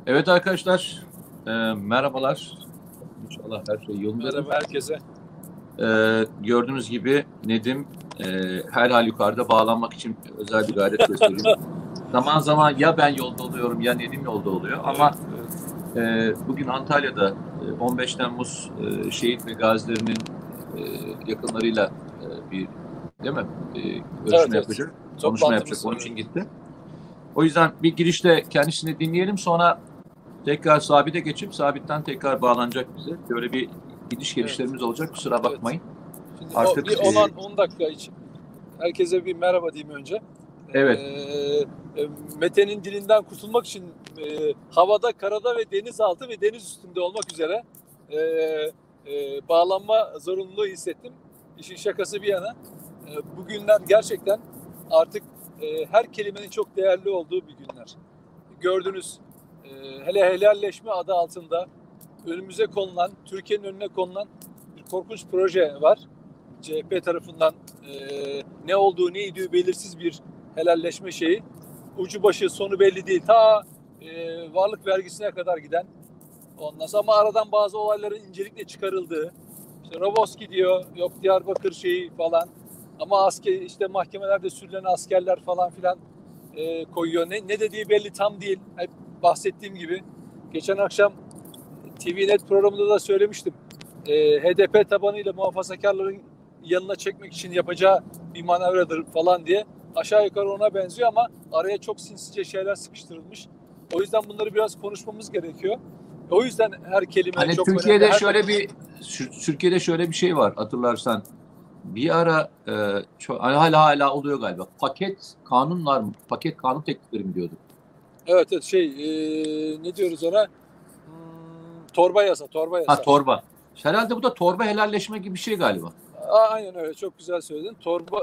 Evet arkadaşlar, merhabalar. İnşallah her şey yolunda. Merhaba herkese. Gördüğünüz gibi Nedim her halükarda bağlanmak için özel bir gayret gösteriyor. Zaman zaman ya ben yolda oluyorum ya Nedim yolda oluyor. Ama bugün Antalya'da 15 Temmuz şehit ve gazilerinin yakınlarıyla bir değil mi? Görüşme yapacak, konuşma yapacak. Onun için gitti. O yüzden bir girişte kendisini dinleyelim, sonra tekrar Sabit'e geçip Sabit'ten tekrar bağlanacak bize. Böyle bir gidiş gelişlerimiz olacak. Kusura bakmayın. Şimdi artık bir 10 dakika için herkese bir merhaba diyeyim önce. Evet. Mete'nin dilinden kurtulmak için havada, karada ve denizaltı ve deniz üstünde olmak üzere bağlanma zorunluluğu hissettim. İşin şakası bir yana. Bugünler gerçekten artık her kelimenin çok değerli olduğu bir günler. Gördünüz, hele helalleşme adı altında önümüze konulan, Türkiye'nin önüne konulan bir korkunç proje var. CHP tarafından ne olduğu ne idüğü belirsiz bir helalleşme şeyi. Ucu başı sonu belli değil. Ta varlık vergisine kadar giden. Ondan sonra ama aradan bazı olayların incelikle çıkarıldığı. İşte Roboski diyor, yok Diyarbakır şeyi falan. Ama asker, işte mahkemelerde sürülen askerler falan filan koyuyor. Ne dediği belli tam değil. Hep bahsettiğim gibi. Geçen akşam TVNet programında da söylemiştim. HDP tabanıyla muhafazakarların yanına çekmek için yapacağı bir manevradır falan diye. Aşağı yukarı ona benziyor ama araya çok sinsice şeyler sıkıştırılmış. O yüzden bunları biraz konuşmamız gerekiyor. O yüzden her kelime hani çok Türkiye'de önemli. Türkiye'de şöyle bir şey var, hatırlarsan. Bir ara hala oluyor galiba. Paket kanun teklifleri mi diyorduk? Evet ne diyoruz ona? Torba yasa. Ha, torba. Herhalde bu da torba helalleşme gibi bir şey galiba. Aynen öyle. Çok güzel söyledin.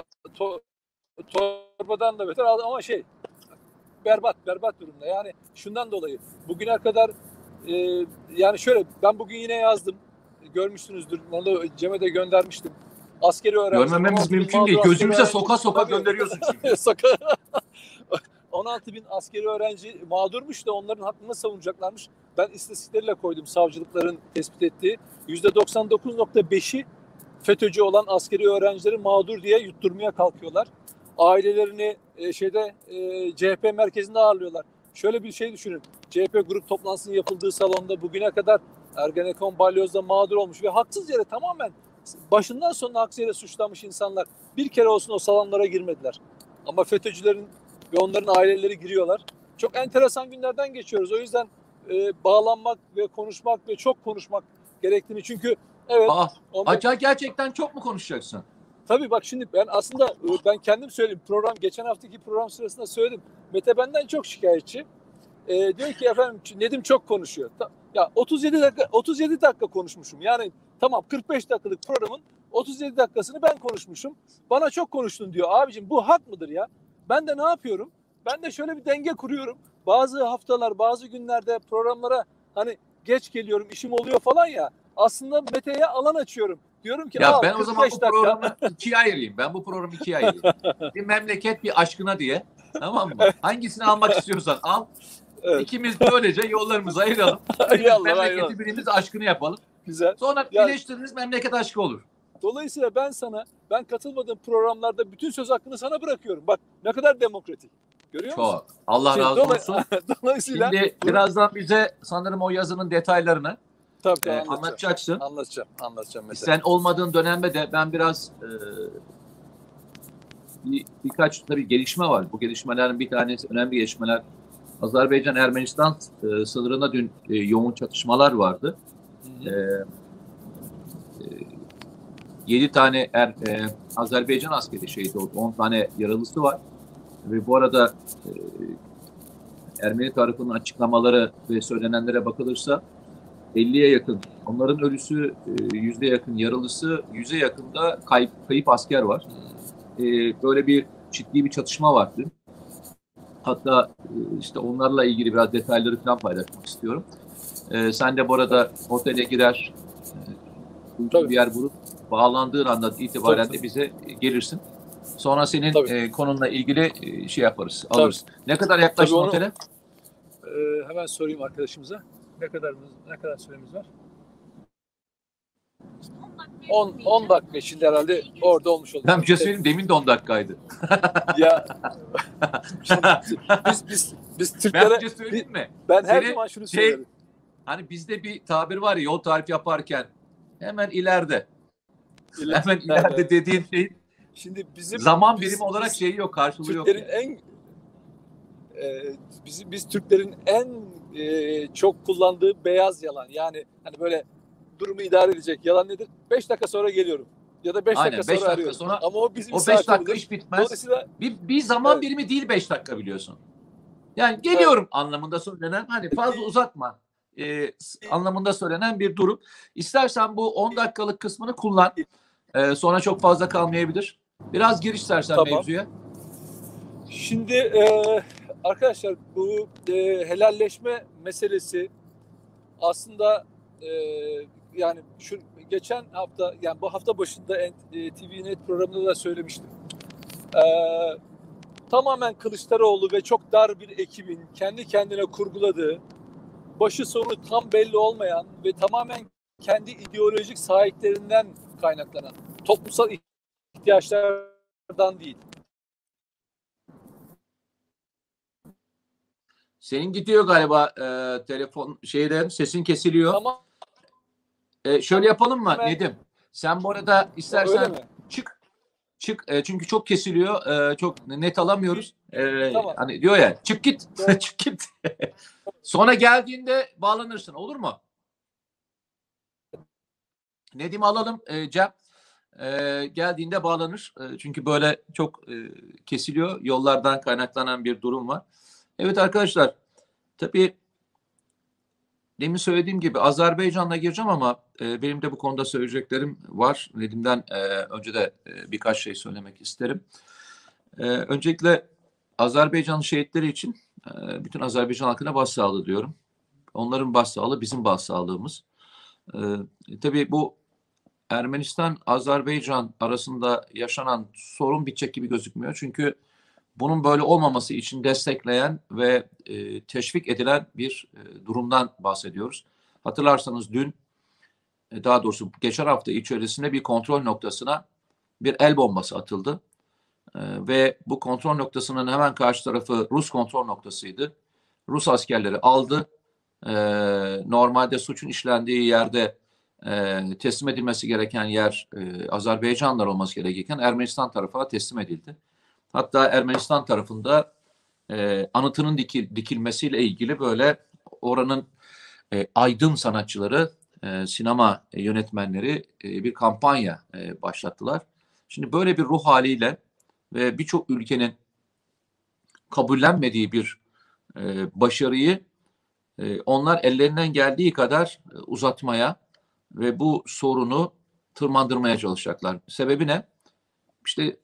Torbadan da beter ama berbat durumda. Yani şundan dolayı bugüne kadar yani şöyle, ben bugün yine yazdım. Görmüşsünüzdür. Onu da Cem'e de göndermiştim. Askeri öğrenci. Görmememiz mümkün değil. Gözümüze soka gönderiyorsun çünkü. 16 bin askeri öğrenci mağdurmuş da onların hakkını savunacaklarmış. Ben istatistikleriyle koydum, savcılıkların tespit ettiği. %99.5'i FETÖ'cü olan askeri öğrencileri mağdur diye yutturmaya kalkıyorlar. Ailelerini CHP merkezinde ağırlıyorlar. Şöyle bir şey düşünün. CHP grup toplantısının yapıldığı salonda bugüne kadar Ergenekon, Balyoz'da mağdur olmuş ve haksız yere, tamamen başından sonuna haksız yere suçlanmış insanlar bir kere olsun o salonlara girmediler. Ama FETÖ'cülerin ve onların aileleri giriyorlar. Çok enteresan günlerden geçiyoruz. O yüzden bağlanmak ve konuşmak ve çok konuşmak gerektiğini, çünkü evet. Gerçekten çok mu konuşacaksın? Tabii bak, şimdi ben kendim söyleyeyim. Geçen haftaki program sırasında söyledim. Mete benden çok şikayetçi. Diyor ki efendim Nedim çok konuşuyor. Ya 37 dakika konuşmuşum. Yani tamam, 45 dakikalık programın 37 dakikasını ben konuşmuşum. Bana çok konuştun diyor. Abicim bu hak mıdır ya? Ben de ne yapıyorum? Ben de şöyle bir denge kuruyorum. Bazı haftalar, bazı günlerde programlara hani geç geliyorum, işim oluyor falan ya. Aslında Mete'ye alan açıyorum. Diyorum ki ya ben o zaman bu programı ikiye ayırayım. Bir memleket bir aşkına diye. Tamam mı? Hangisini almak istiyorsan al. Evet. İkimiz böylece yollarımızı ayıralım. Memleketi birimiz aşkını yapalım. Güzel. Sonra birleştiririz, memleket aşkı olur. Dolayısıyla ben katılmadığım programlarda bütün söz hakkını sana bırakıyorum. Bak ne kadar demokratik. Görüyor musun? Çok. Allah razı olsun. Dolayısıyla şimdi birazdan bize sanırım o yazının detaylarını anlatacaksın. Anlatacağım mesela. Sen olmadığın dönemde de ben biraz birkaç tabii gelişme var. Bu gelişmelerin bir tanesi, önemli gelişmeler. Azerbaycan-Ermenistan sınırında dün yoğun çatışmalar vardı. 7 tane Azerbaycan askeri şehit oldu. 10 tane yaralısı var. Ve bu arada Ermeni tarafının açıklamaları ve söylenenlere bakılırsa 50'ye yakın, onların ölüsü, 100'e yakın yaralısı, 100'e yakın da kayıp asker var. Böyle bir ciddi bir çatışma var dün. Hatta işte onlarla ilgili biraz detayları falan paylaşmak istiyorum. Sen de bu arada otele girer, bir yer bulup bağlandığın andan itibaren de bize gelirsin. Sonra senin konunla ilgili şey yaparız, alırız. Ne kadar yaklaştın otele? Hemen sorayım arkadaşımıza. Ne kadar süremiz var? 10 dakika içinde herhalde orada olmuş olduk. Ben bir şey söyleyeyim, demin de 10 dakikaydı. Ya şimdi biz Ben Türklere bir şey söyleyeyim mi? ben her Senin zaman şunu söylerim. Hani bizde bir tabir var ya, yol tarifi yaparken hemen ileride. Hemen ileride dediğin şey Şimdi zaman birimi olarak şeyi yok, karşılığı yok. Türklerin Yani. biz Türklerin en çok kullandığı beyaz yalan. Yani hani böyle durumu idare edecek yalan nedir? 5 dakika sonra geliyorum. Ya da 5 Aynen, dakika 5 sonra dakika arıyorum. sonra Ama o bizim o 5 dakika saatimidir. iş bitmez. Dolayısıyla Bir zaman evet, birimi değil 5 dakika, biliyorsun. Yani geliyorum anlamında söylenen, hani fazla uzatma anlamında söylenen bir durum. İstersen bu 10 dakikalık kısmını kullan. Sonra çok fazla kalmayabilir. Biraz gir istersen tamam. mevzuya. Şimdi arkadaşlar bu helalleşme meselesi aslında yani şu geçen hafta, yani bu hafta başında TV Net programında da söylemiştim. E, Tamamen Kılıçdaroğlu ve çok dar bir ekibin kendi kendine kurguladığı, başı sonu tam belli olmayan ve tamamen kendi ideolojik sahiplerinden kaynaklanan toplumsal ihtiyaçlardan değil. Senin gidiyor galiba telefon şeyden, sesin kesiliyor. Tamam. Şöyle yapalım mı Hemen- Nedim? Sen bu arada Öyle istersen mi? çık çünkü çok kesiliyor. Çok net alamıyoruz. Tamam. Hani diyor ya, çık git. Doğru. Çık git. Sonra geldiğinde bağlanırsın, olur mu? Nedim'i alalım Cem. Geldiğinde bağlanır. Çünkü böyle çok kesiliyor. Yollardan kaynaklanan bir durum var. Evet arkadaşlar, tabii demin söylediğim gibi Azerbaycan'la gireceğim ama benim de bu konuda söyleyeceklerim var. Nedim'den önce de birkaç şey söylemek isterim. Öncelikle Azerbaycan şehitleri için bütün Azerbaycan halkına başsağlığı diyorum. Onların başsağlığı bizim başsağlığımız. Tabii bu Ermenistan-Azerbaycan arasında yaşanan sorun bitecek gibi gözükmüyor. Çünkü bunun böyle olmaması için destekleyen ve teşvik edilen bir durumdan bahsediyoruz. Hatırlarsanız dün, daha doğrusu geçen hafta içerisinde bir kontrol noktasına bir el bombası atıldı. Ve bu kontrol noktasının hemen karşı tarafı Rus kontrol noktasıydı. Rus askerleri aldı. Normalde suçun işlendiği yerde teslim edilmesi gereken yer Azerbaycanlar olması gerekirken Ermenistan tarafına teslim edildi. Hatta Ermenistan tarafında anıtının dikilmesiyle ilgili böyle oranın aydın sanatçıları, sinema yönetmenleri bir kampanya başlattılar. Şimdi böyle bir ruh haliyle ve birçok ülkenin kabullenmediği bir başarıyı onlar ellerinden geldiği kadar uzatmaya ve bu sorunu tırmandırmaya çalışacaklar. Sebebi ne? İşte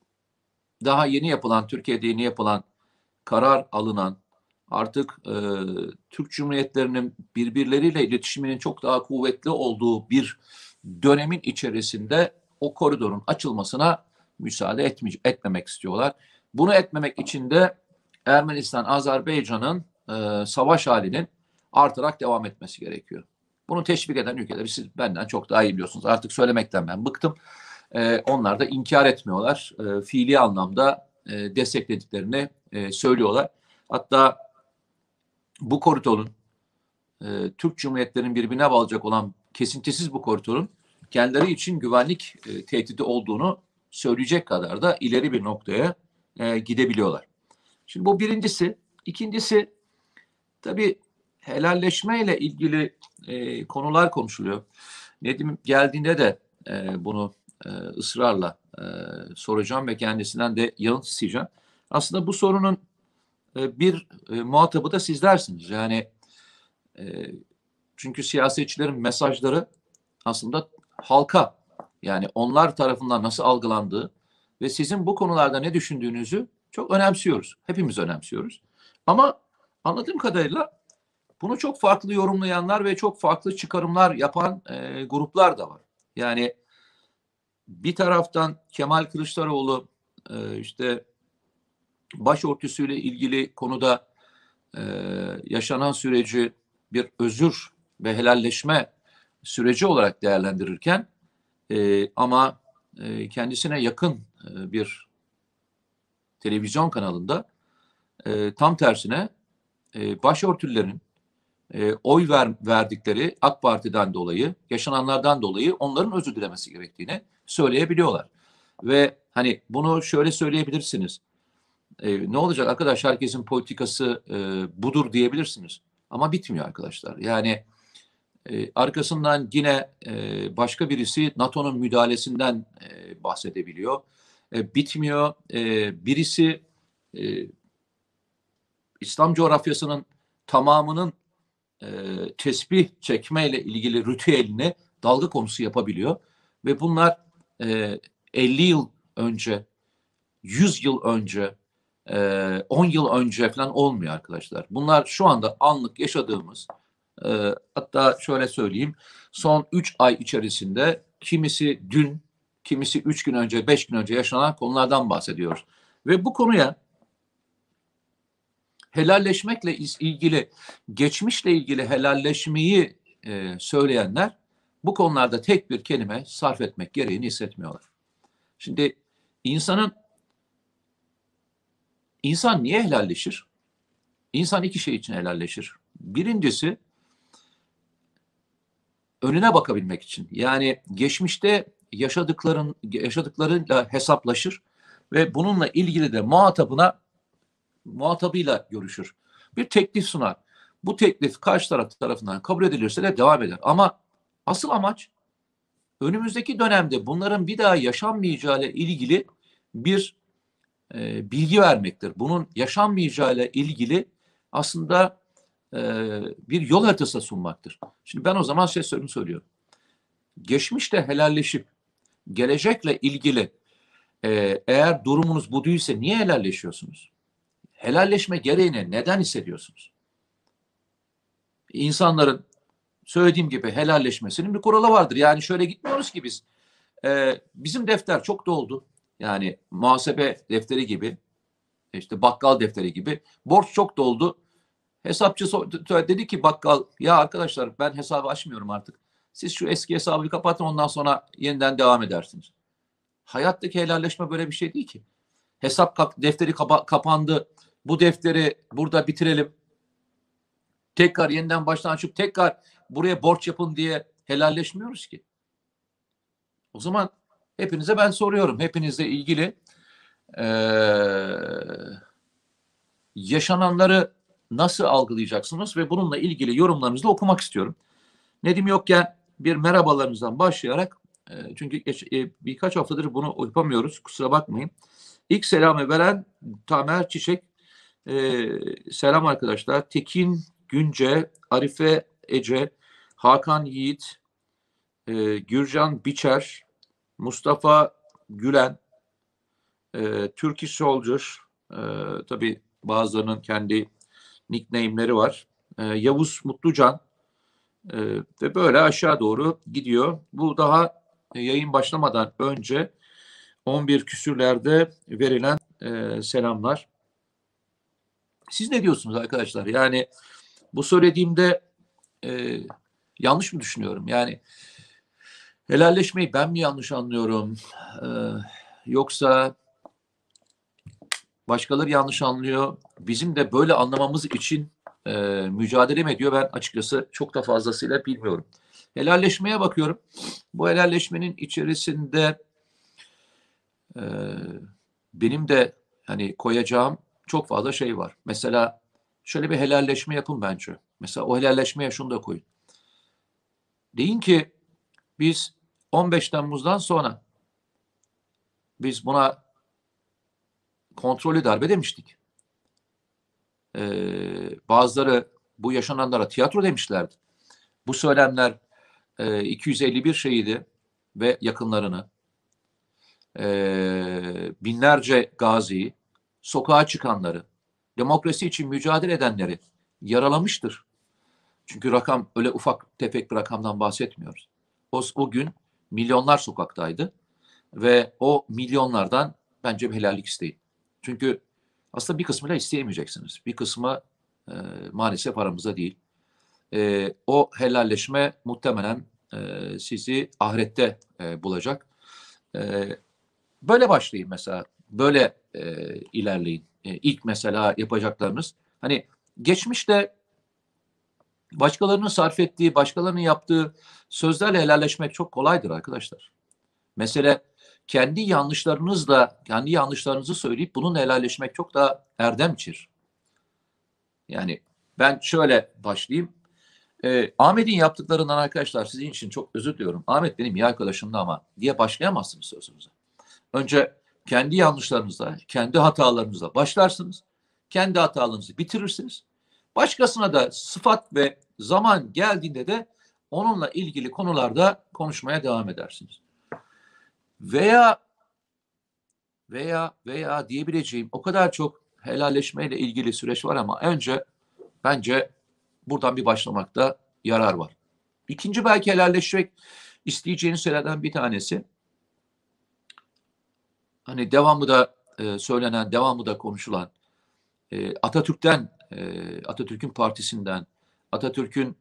daha yeni yapılan, Türkiye'de yeni yapılan, karar alınan, artık Türk Cumhuriyetlerinin birbirleriyle iletişiminin çok daha kuvvetli olduğu bir dönemin içerisinde o koridorun açılmasına müsaade etmemek istiyorlar. Bunu etmemek için de Ermenistan, Azerbaycan'ın savaş halinin artarak devam etmesi gerekiyor. Bunu teşvik eden ülkeleri siz benden çok daha iyi biliyorsunuz. Artık söylemekten ben bıktım. Onlar da inkar etmiyorlar. Fiili anlamda desteklediklerini söylüyorlar. Hatta bu koridorun Türk Cumhuriyetlerinin birbirine bağlayacak olan kesintisiz bu koridorun kendileri için güvenlik tehdidi olduğunu söyleyecek kadar da ileri bir noktaya gidebiliyorlar. Şimdi bu birincisi. İkincisi, tabii helalleşmeyle ilgili konular konuşuluyor. Nedim geldiğinde de bunu ısrarla soracağım ve kendisinden de yanıt isteyeceğim. Aslında bu sorunun bir muhatabı da sizlersiniz. Yani çünkü siyasetçilerin mesajları aslında halka, yani onlar tarafından nasıl algılandığı ve sizin bu konularda ne düşündüğünüzü çok önemsiyoruz. Hepimiz önemsiyoruz. Ama anladığım kadarıyla bunu çok farklı yorumlayanlar ve çok farklı çıkarımlar yapan gruplar da var. Yani bir taraftan Kemal Kılıçdaroğlu işte başörtüsüyle ilgili konuda yaşanan süreci bir özür ve helalleşme süreci olarak değerlendirirken ama kendisine yakın bir televizyon kanalında tam tersine başörtülerin oy verdikleri AK Parti'den dolayı, yaşananlardan dolayı onların özür dilemesi gerektiğini söyleyebiliyorlar. Ve hani bunu şöyle söyleyebilirsiniz. Ne olacak arkadaş, herkesin politikası budur diyebilirsiniz. Ama bitmiyor arkadaşlar. Yani arkasından yine başka birisi NATO'nun müdahalesinden bahsedebiliyor. Bitmiyor. Birisi İslam coğrafyasının tamamının tesbih çekmeyle ilgili ritüelini dalga konusu yapabiliyor. Ve bunlar 50 yıl önce, 100 yıl önce, 10 yıl önce falan olmuyor arkadaşlar. Bunlar şu anda anlık yaşadığımız, hatta şöyle söyleyeyim, son 3 ay içerisinde kimisi dün, kimisi 3 gün önce, 5 gün önce yaşanan konulardan bahsediyoruz. Ve bu konuya helalleşmekle ilgili, geçmişle ilgili helalleşmeyi söyleyenler bu konularda tek bir kelime sarf etmek gereğini hissetmiyorlar. Şimdi insan niye helalleşir? İnsan iki şey için helalleşir. Birincisi önüne bakabilmek için. Yani geçmişte yaşadıklarıyla hesaplaşır ve bununla ilgili de muhatabıyla görüşür. Bir teklif sunar. Bu teklif karşı taraf tarafından kabul edilirse de devam eder. Ama asıl amaç önümüzdeki dönemde bunların bir daha yaşanmayacağıyla ilgili bir bilgi vermektir. Bunun yaşanmayacağıyla ilgili aslında bir yol haritası sunmaktır. Şimdi ben o zaman söylüyorum. Geçmişte helalleşip gelecekle ilgili eğer durumunuz bu değilse niye helalleşiyorsunuz? Helalleşme gereğini neden hissediyorsunuz? İnsanların söylediğim gibi helalleşmesinin bir kuralı vardır. Yani şöyle gitmiyoruz ki biz. Bizim defter çok doldu. Yani muhasebe defteri gibi, işte bakkal defteri gibi. Borç çok doldu. Hesapçı dedi ki bakkal, ya arkadaşlar ben hesabı açmıyorum artık. Siz şu eski hesabı kapatın, ondan sonra yeniden devam edersiniz. Hayattaki helalleşme böyle bir şey değil ki. Defteri kapandı. Bu defteri burada bitirelim. Tekrar yeniden baştan açıp tekrar buraya borç yapın diye helalleşmiyoruz ki. O zaman hepinize ben soruyorum. Hepinizle ilgili yaşananları nasıl algılayacaksınız ve bununla ilgili yorumlarınızı da okumak istiyorum. Nedim yokken bir merhabalarınızdan başlayarak, çünkü birkaç haftadır bunu yapamıyoruz, kusura bakmayın. İlk selamı veren Tamer Çiçek, selam arkadaşlar. Tekin Günce, Arife Ece, Hakan Yiğit, Gürcan Biçer, Mustafa Gülen, Turkish Soldier, tabii bazılarının kendi nickname'leri var. Yavuz Mutlucan ve böyle aşağı doğru gidiyor. Bu daha yayın başlamadan önce 11 küsürlerde verilen selamlar. Siz ne diyorsunuz arkadaşlar? Yani bu söylediğimde yanlış mı düşünüyorum? Yani helalleşmeyi ben mi yanlış anlıyorum? Yoksa başkaları yanlış anlıyor? Bizim de böyle anlamamız için mücadele mi ediyor? Ben açıkçası çok da fazlasıyla bilmiyorum. Helalleşmeye bakıyorum. Bu helalleşmenin içerisinde benim de hani koyacağım çok fazla şey var. Mesela şöyle bir helalleşme yapın bence. Mesela o helalleşmeye şunu da koyun. Deyin ki biz 15 Temmuz'dan sonra biz buna kontrollü darbe demiştik. Bazıları bu yaşananlara tiyatro demişlerdi. Bu söylemler 251 şehidi ve yakınlarını, binlerce gaziyi, sokağa çıkanları, demokrasi için mücadele edenleri yaralamıştır. Çünkü rakam öyle ufak tefek bir rakamdan bahsetmiyoruz. O gün milyonlar sokaktaydı ve o milyonlardan bence bir helallik isteyin. Çünkü aslında bir kısmıyla isteyemeyeceksiniz. Bir kısmı maalesef aramızda değil. O helalleşme muhtemelen sizi ahirette bulacak. Böyle başlayın mesela. Böyle ilerleyin. İlk mesela yapacaklarınız. Hani geçmişte başkalarının sarf ettiği, başkalarının yaptığı sözlerle helalleşmek çok kolaydır arkadaşlar. Mesela kendi yanlışlarınızı söyleyip bununla helalleşmek çok daha erdemçir. Yani ben şöyle başlayayım. Ahmet'in yaptıklarından arkadaşlar sizin için çok özür diliyorum. Ahmet benim iyi arkadaşımdı ama diye başlayamazsınız sözünüze. Önce kendi yanlışlarınızla, kendi hatalarınızla başlarsınız. Kendi hatalarınızı bitirirsiniz. Başkasına da sıfat ve zaman geldiğinde de onunla ilgili konularda konuşmaya devam edersiniz. Veya diyebileceğim o kadar çok helalleşmeyle ilgili süreç var ama önce bence buradan bir başlamakta yarar var. İkinci belki helalleşmek isteyeceğiniz şeylerden bir tanesi. Hani devamlı da söylenen, devamlı da konuşulan Atatürk'ün partisinden, Atatürk'ün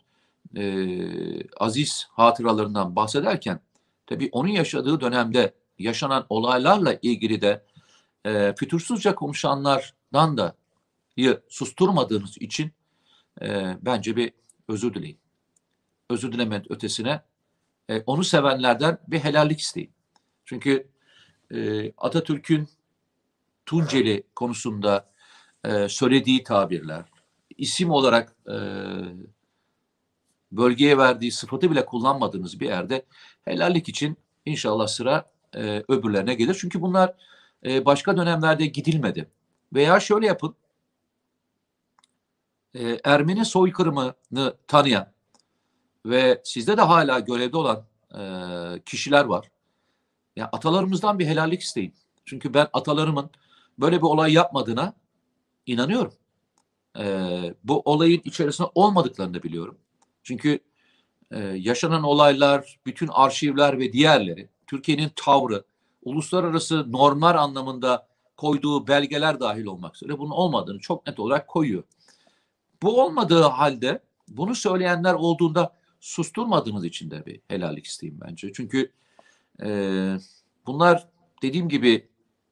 aziz hatıralarından bahsederken tabii onun yaşadığı dönemde yaşanan olaylarla ilgili de fütursuzca konuşanlardan da susturmadığınız için bence bir özür dileyin. Özür dilemenin ötesine onu sevenlerden bir helallik isteyin. Çünkü Atatürk'ün Tunceli konusunda söylediği tabirler, isim olarak bölgeye verdiği sıfatı bile kullanmadığınız bir yerde helallik için inşallah sıra öbürlerine gelir. Çünkü bunlar başka dönemlerde gidilmedi. Veya şöyle yapın, Ermeni soykırımını tanıyan ve sizde de hala görevde olan kişiler var. Ya atalarımızdan bir helallik isteyin. Çünkü ben atalarımın böyle bir olay yapmadığına inanıyorum. Bu olayın içerisinde olmadıklarını da biliyorum. Çünkü yaşanan olaylar, bütün arşivler ve diğerleri, Türkiye'nin tavrı, uluslararası normlar anlamında koyduğu belgeler dahil olmak üzere bunun olmadığını çok net olarak koyuyor. Bu olmadığı halde bunu söyleyenler olduğunda susturmadığınız için de bir helallik isteyeyim bence. Çünkü bunlar dediğim gibi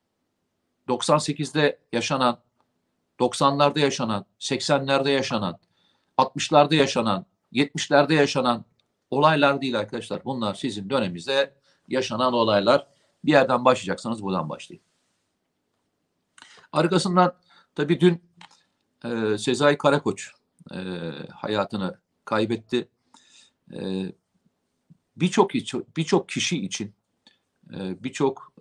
98'de yaşanan, 90'larda yaşanan, 80'lerde yaşanan, 60'larda yaşanan, 70'lerde yaşanan olaylar değil arkadaşlar. Bunlar sizin döneminizde yaşanan olaylar. Bir yerden başlayacaksanız buradan başlayın. Arkasından tabii dün Sezai Karakoç hayatını kaybetti. Birçok kişi için, birçok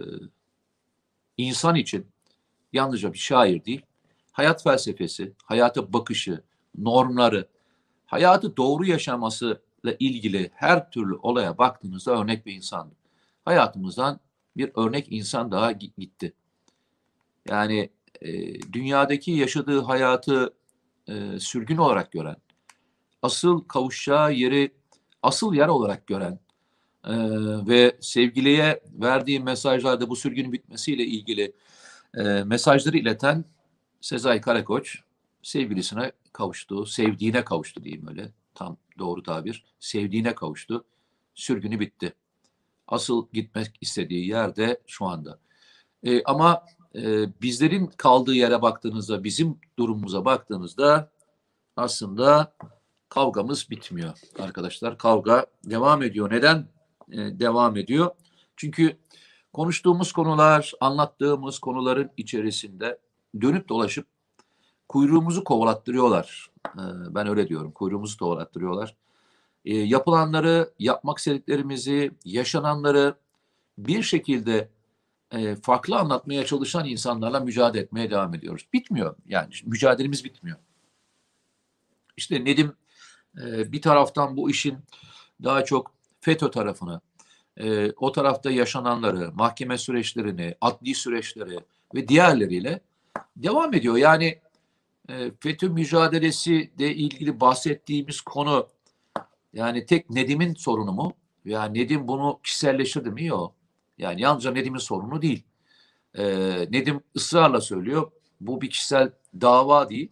insan için yalnızca bir şair değil, hayat felsefesi, hayata bakışı, normları, hayatı doğru yaşamasıyla ilgili her türlü olaya baktığınızda örnek bir insandı. Hayatımızdan bir örnek insan daha gitti. Yani dünyadaki yaşadığı hayatı sürgün olarak gören, asıl kavuşacağı yeri asıl yer olarak gören ve sevgiliye verdiği mesajlarda bu sürgünün bitmesiyle ilgili mesajları ileten Sezai Karakoç sevgilisine kavuştu, sevdiğine kavuştu diyeyim öyle. Tam doğru tabir. Sevdiğine kavuştu. Sürgünü bitti. Asıl gitmek istediği yerde şu anda. Ama bizlerin kaldığı yere baktığınızda, bizim durumumuza baktığınızda aslında kavgamız bitmiyor arkadaşlar. Kavga devam ediyor. Neden devam ediyor? Çünkü konuştuğumuz konular, anlattığımız konuların içerisinde dönüp dolaşıp kuyruğumuzu kovalattırıyorlar. Ben öyle diyorum. Kuyruğumuzu kovalattırıyorlar. Yapılanları, yapmak istediklerimizi, yaşananları bir şekilde farklı anlatmaya çalışan insanlarla mücadele etmeye devam ediyoruz. Bitmiyor. Yani mücadelemiz bitmiyor. İşte Nedim bir taraftan bu işin daha çok FETÖ tarafını, o tarafta yaşananları, mahkeme süreçlerini, adli süreçleri ve diğerleriyle devam ediyor. Yani FETÖ mücadelesi ile ilgili bahsettiğimiz konu yani tek Nedim'in sorunu mu? Ya Nedim bunu kişiselleştirdi mi? Yok. Yani yalnızca Nedim'in sorunu değil. Nedim ısrarla söylüyor. Bu bir kişisel dava değil.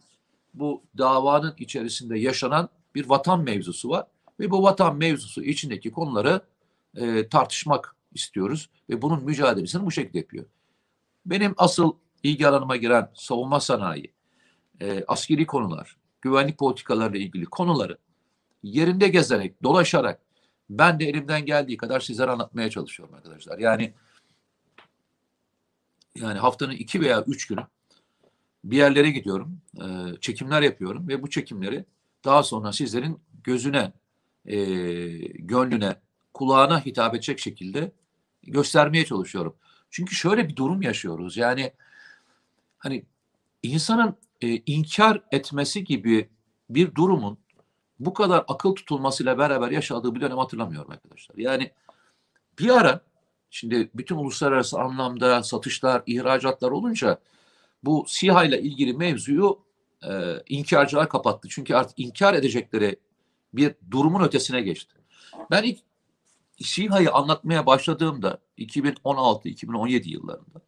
bu davanın içerisinde yaşanan bir vatan mevzusu var. Ve bu vatan mevzusu içindeki konuları tartışmak istiyoruz. Ve bunun mücadelesini bu şekilde yapıyor. Benim asıl ilgi alanıma giren savunma sanayi, askeri konular, güvenlik politikalarıyla ilgili konuları yerinde gezerek, dolaşarak ben de elimden geldiği kadar sizlere anlatmaya çalışıyorum arkadaşlar. Yani haftanın 2 veya 3 günü bir yerlere gidiyorum, çekimler yapıyorum ve bu çekimleri daha sonra sizlerin gözüne, gönlüne, kulağına hitap edecek şekilde göstermeye çalışıyorum. Çünkü şöyle bir durum yaşıyoruz. Yani hani insanın inkar etmesi gibi bir durumun bu kadar akıl tutulmasıyla beraber yaşadığı bir dönem hatırlamıyorum arkadaşlar. Yani bir ara şimdi bütün uluslararası anlamda satışlar, ihracatlar olunca bu SİHA ile ilgili mevzuyu inkarcılar kapattı. Çünkü artık inkar edecekleri bir durumun ötesine geçti. Ben ilk SİHA'yı anlatmaya başladığımda 2016-2017 yıllarında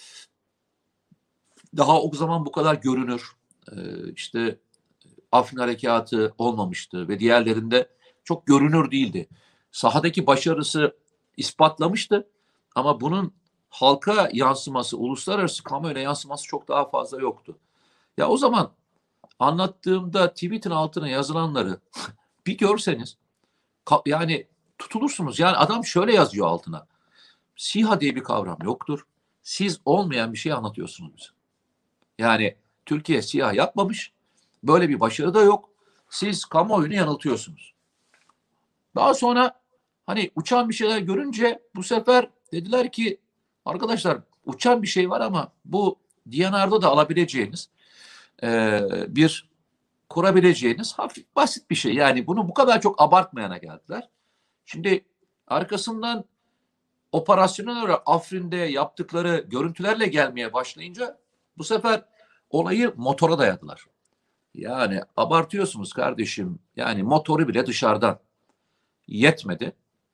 daha o zaman bu kadar görünür işte Afrin Harekatı olmamıştı ve diğerlerinde çok görünür değildi. Sahadaki başarısı ispatlamıştı ama bunun halka yansıması, uluslararası kamuoyuna yansıması çok daha fazla yoktu. Ya o zaman anlattığımda tweet'in altına yazılanları bir görseniz yani tutulursunuz. Yani adam şöyle yazıyor altına. SİHA diye bir kavram yoktur. Siz olmayan bir şey anlatıyorsunuz bize. Yani Türkiye SİHA yapmamış. Böyle bir başarı da yok. Siz kamuoyunu yanıltıyorsunuz. Daha sonra hani uçan bir şeyler görünce bu sefer dediler ki arkadaşlar uçan bir şey var ama bu DNR'da da alabileceğiniz bir kurabileceğiniz hafif basit bir şey. Yani bunu bu kadar çok abartmayana geldiler. Şimdi arkasından operasyonel olarak Afrin'de yaptıkları görüntülerle gelmeye başlayınca bu sefer olayı motora dayadılar. Yani abartıyorsunuz kardeşim. Yani motoru bile dışarıdan yetmedi.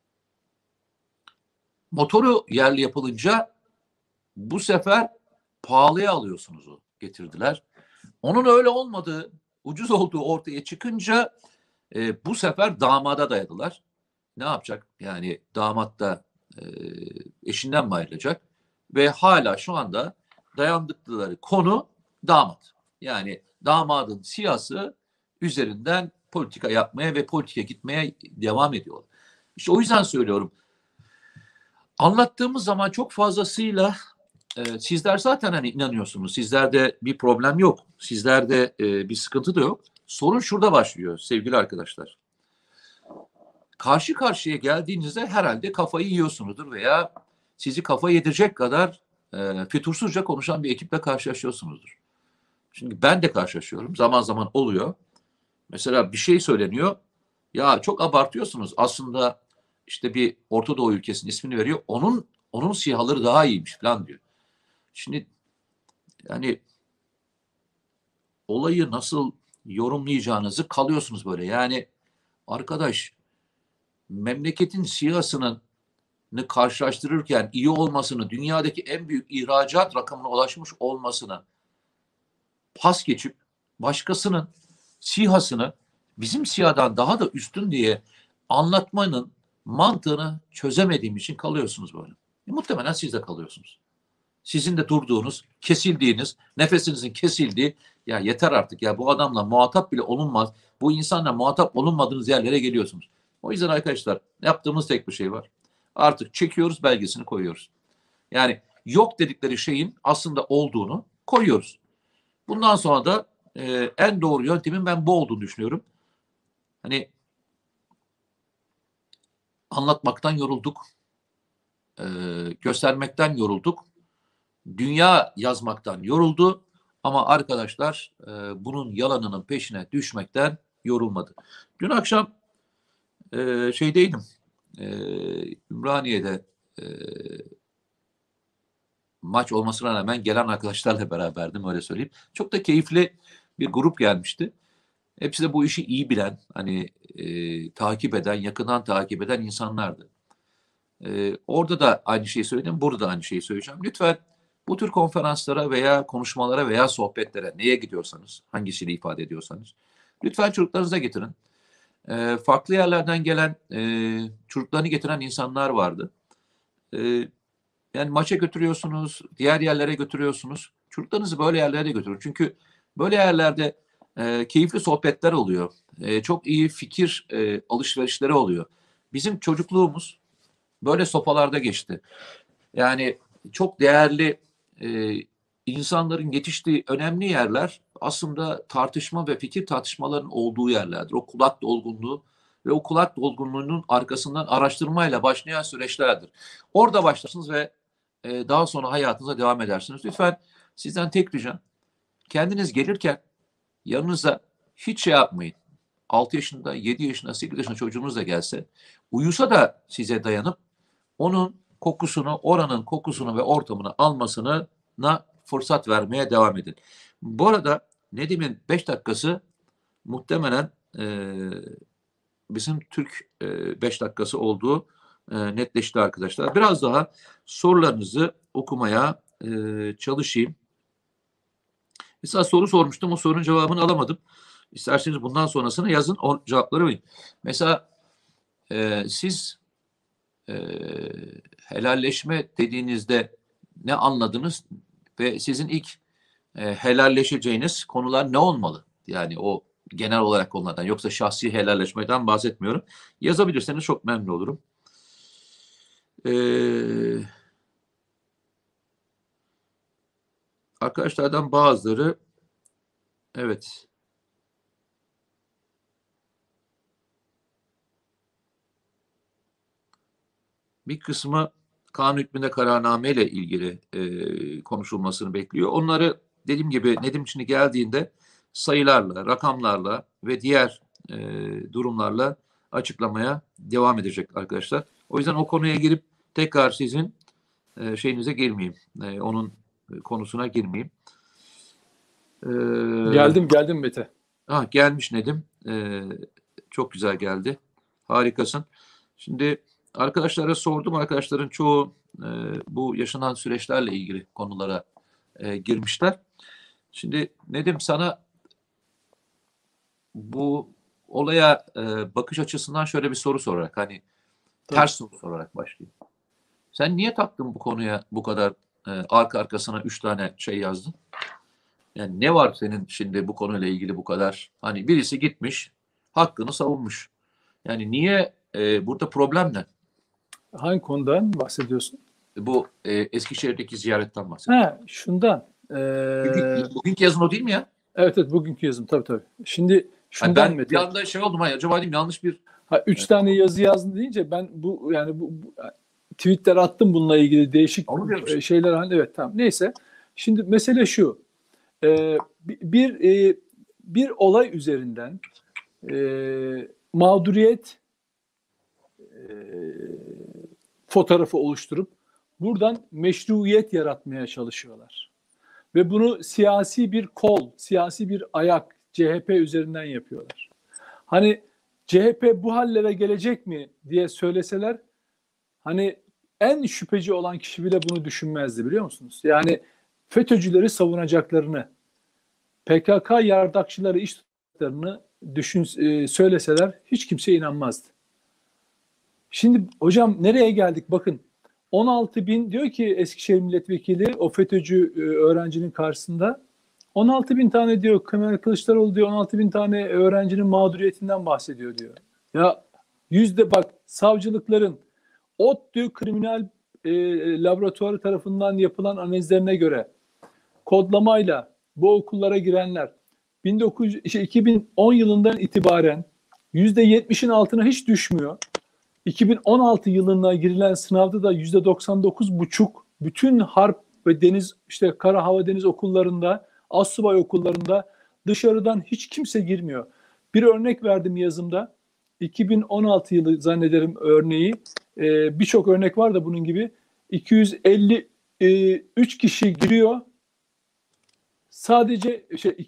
Motoru yerli yapılınca bu sefer pahalıya alıyorsunuz o getirdiler. Onun öyle olmadığı, ucuz olduğu ortaya çıkınca bu sefer damada dayadılar. Ne yapacak? Yani damat da eşinden mi ayrılacak? Ve hala şu anda dayandıkları konu damat. Yani damadın siyası üzerinden politika yapmaya ve politika gitmeye devam ediyor. İşte o yüzden söylüyorum. Anlattığımız zaman çok fazlasıyla sizler zaten hani inanıyorsunuz. Sizlerde bir problem yok. Sizlerde bir sıkıntı da yok. Sorun şurada başlıyor sevgili arkadaşlar. Karşı karşıya geldiğinizde herhalde kafayı yiyorsunuzdur veya sizi kafa yedirecek kadar fütursuzca konuşan bir ekiple karşılaşıyorsunuzdur. Çünkü ben de karşılaşıyorum. Zaman zaman oluyor. Mesela bir şey söyleniyor. Ya çok abartıyorsunuz. Aslında işte bir Orta Doğu ülkesinin ismini veriyor. Onun SİHA'ları daha iyiymiş falan diyor. Şimdi yani olayı nasıl yorumlayacağınızı kalıyorsunuz böyle. Yani arkadaş memleketin SİHA'sının karşılaştırırken iyi olmasını, dünyadaki en büyük ihracat rakamına ulaşmış olmasını pas geçip başkasının SİHA'sını bizim SİHA'dan daha da üstün diye anlatmanın mantığını çözemediğim için kalıyorsunuz böyle. Muhtemelen siz de kalıyorsunuz. Sizin de durduğunuz, kesildiğiniz, nefesinizin kesildiği, ya yeter artık ya bu adamla muhatap bile olunmaz, bu insanla muhatap olunmadığınız yerlere geliyorsunuz. O yüzden arkadaşlar yaptığımız tek bir şey var. Artık çekiyoruz, belgesini koyuyoruz. Yani yok dedikleri şeyin aslında olduğunu koyuyoruz. Bundan sonra da en doğru yöntemin ben bu olduğunu düşünüyorum. Hani anlatmaktan yorulduk, göstermekten yorulduk, dünya yazmaktan yoruldu ama arkadaşlar bunun yalanının peşine düşmekten yorulmadı. Dün akşam şeydeydim, Ümraniye'de maç olmasına rağmen gelen arkadaşlarla beraberdim öyle söyleyeyim. Çok da keyifli bir grup gelmişti. Hepsi de bu işi iyi bilen, hani takip eden, yakından takip eden insanlardı. Orada da aynı şeyi söyledim, burada da aynı şeyi söyleyeceğim. Lütfen Bu tür konferanslara veya konuşmalara veya sohbetlere neye gidiyorsanız, hangisiyle ifade ediyorsanız lütfen çocuklarınıza getirin. Farklı yerlerden gelen çocuklarını getiren insanlar vardı. Yani maça götürüyorsunuz, diğer yerlere götürüyorsunuz. Çocuklarınızı böyle yerlere de götürün. Çünkü böyle yerlerde keyifli sohbetler oluyor. Çok iyi fikir alışverişleri oluyor. Bizim çocukluğumuz böyle sopalarda geçti. Yani çok değerli insanların yetiştiği önemli yerler aslında tartışma ve fikir tartışmalarının olduğu yerlerdir. O kulak dolgunluğu ve o kulak dolgunluğunun arkasından araştırmayla başlayan süreçlerdir. Orada başlarsınız ve daha sonra hayatınıza devam edersiniz. Lütfen sizden tek ricam, kendiniz gelirken yanınıza hiç şey yapmayın. 6 yaşında, 7 yaşında, 8 yaşında çocuğunuz da gelse, uyusa da size dayanıp onun kokusunu, oranın kokusunu ve ortamını almasına fırsat vermeye devam edin. Bu arada Nedim'in 5 dakikası muhtemelen bizim Türk 5 dakikası olduğu netleşti arkadaşlar. Biraz daha sorularınızı okumaya çalışayım. Mesela soru sormuştum. O sorunun cevabını alamadım. İsterseniz bundan sonrasını yazın. O cevapları verin. Mesela siz helalleşme dediğinizde ne anladınız ve sizin ilk helalleşeceğiniz konular ne olmalı? Yani o genel olarak konulardan, yoksa şahsi helalleşmeden bahsetmiyorum. Yazabilirseniz çok memnun olurum. Arkadaşlardan bazıları evet. Bir kısmı kanun hükmünde kararname ile ilgili konuşulmasını bekliyor. Onları dediğim gibi Nedim şimdi geldiğinde sayılarla, rakamlarla ve diğer durumlarla açıklamaya devam edecek arkadaşlar. O yüzden o konuya girip tekrar sizin şeyinize girmeyeyim. Onun konusuna girmeyeyim. Geldim Mete. Gelmiş Nedim. Çok güzel geldi. Harikasın. Şimdi arkadaşlara sordum. Arkadaşların çoğu bu yaşanan süreçlerle ilgili konulara girmişler. Şimdi Nedim, sana bu olaya bakış açısından şöyle bir soru sorarak, hani ters soru sorarak başlayayım. Sen niye taktın bu konuya bu kadar arka arkasına 3 tane şey yazdın? Yani ne var senin şimdi bu konuyla ilgili bu kadar? Hani birisi gitmiş, hakkını savunmuş. Yani niye burada problem ne? Hangi konudan bahsediyorsun? Bu Eskişehir'deki ziyaretten bahsediyorum. Şundan. Bugünkü yazın o değil mi ya? Evet, bugünkü yazım tabii. Şimdi şundan ben Mete. bir anda şey oldum, acaba dedim yanlış bir... 3 tane yazı yazdın deyince ben bu tweetler attım bununla ilgili değişik şeyler. Hani evet, tamam, neyse. Şimdi mesele şu. Bir olay üzerinden mağduriyet fotoğrafı oluşturup buradan meşruiyet yaratmaya çalışıyorlar. Ve bunu siyasi bir kol, siyasi bir ayak CHP üzerinden yapıyorlar. Hani CHP bu hallere gelecek mi diye söyleseler, hani en şüpheci olan kişi bile bunu düşünmezdi, biliyor musunuz? Yani FETÖ'cüleri savunacaklarını, PKK yardakçıları iş tuttuklarını söyleseler hiç kimse inanmazdı. Şimdi hocam nereye geldik? Bakın, 16 bin diyor ki Eskişehir milletvekili o FETÖ'cü öğrencinin karşısında. 16 bin tane diyor Kemal Kılıçdaroğlu diyor, 16 bin tane öğrencinin mağduriyetinden bahsediyor diyor. Ya bak, savcılıkların ODTÜ kriminal laboratuvarı tarafından yapılan analizlerine göre kodlamayla bu okullara girenler 2010 yılından itibaren %70'in altına hiç düşmüyor. 2016 yılına girilen sınavda da %99,5 bütün harp ve deniz, işte kara hava deniz okullarında, astsubay okullarında dışarıdan hiç kimse girmiyor. Bir örnek verdim yazımda. 2016 yılı zannederim örneği. Birçok örnek var da bunun gibi. 253 kişi giriyor. Sadece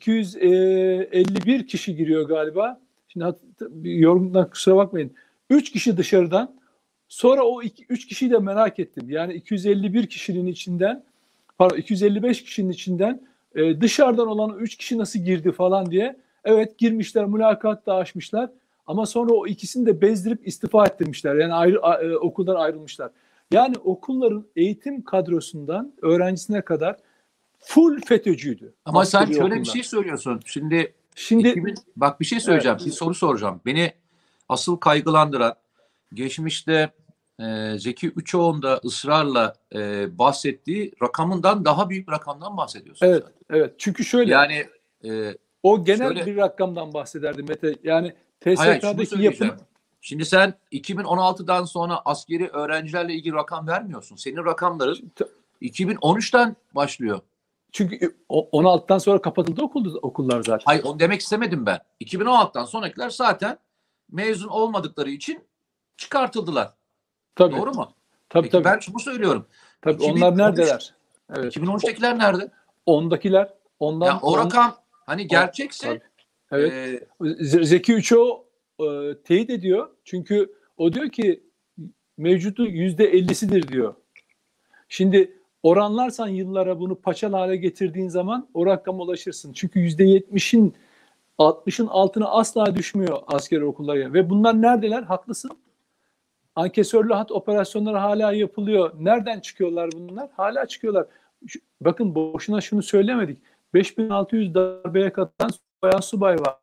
251 kişi giriyor galiba. Şimdi yorgunluktan kusura bakmayın. 3 kişi dışarıdan. Sonra o 3 kişiyi de merak ettim. Yani 251 kişinin içinden pardon 255 kişinin içinden dışarıdan olan 3 kişi nasıl girdi falan diye. Evet girmişler, mülakat da açmışlar. Ama sonra o ikisini de bezdirip istifa ettirmişler. Yani okuldan ayrılmışlar. Yani okulların eğitim kadrosundan öğrencisine kadar full FETÖ'cüydü. Ama sen Askeri şöyle okullar. bir şey söylüyorsun. Şimdi Şimdi bak bir şey söyleyeceğim. evet. Bir soru soracağım. Beni asıl kaygılandıran geçmişte Zeki Üçoğlu'nun da ısrarla bahsettiği rakamından daha büyük rakamdan bahsediyorsun Evet, sen. evet. Çünkü şöyle Yani e, o genel şöyle bir rakamdan bahsederdi Mete. Yani hayır, şunu TSK'daki söyleyeceğim. yapı. Şimdi sen 2016'dan sonra askeri öğrencilerle ilgili rakam vermiyorsun. Senin rakamların 2013'ten başlıyor. Çünkü 16'dan sonra kapatıldı okullar zaten. Hayır, onu demek istemedim ben. 2016'dan sonrakiler zaten mezun olmadıkları için çıkartıldılar. Tabii. Doğru mu? Tabii Peki tabii. ben şunu söylüyorum. Tabii onlar neredeler? Evet. 2013'tekiler nerede? 10'dakiler Ya o rakam hani gerçekse tabii. Evet. Zeki Üçoğlu teyit ediyor. Çünkü o diyor ki mevcudu %50'sidir diyor. Şimdi oranlarsan yıllara bunu paçal hale getirdiğin zaman o rakama ulaşırsın. Çünkü %70'in 60'ın altına asla düşmüyor askeri okullara. Ve bunlar neredeler? Haklısın. Ankesörlü hat operasyonları hala yapılıyor. Nereden çıkıyorlar bunlar? Hala çıkıyorlar. Bakın boşuna şunu söylemedik. 5600 darbeye katılan subay var.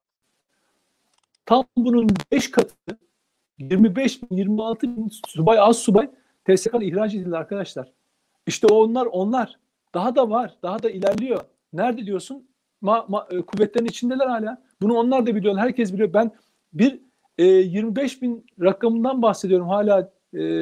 Tam bunun 5 katı 25 bin, 26 bin az subay TSK'da ihraç edildi arkadaşlar. İşte onlar. Daha da var. Daha da ilerliyor. Nerede diyorsun? Kuvvetlerin içindeler hala. Bunu onlar da biliyor. Herkes biliyor. Ben 25 bin rakamından bahsediyorum. Hala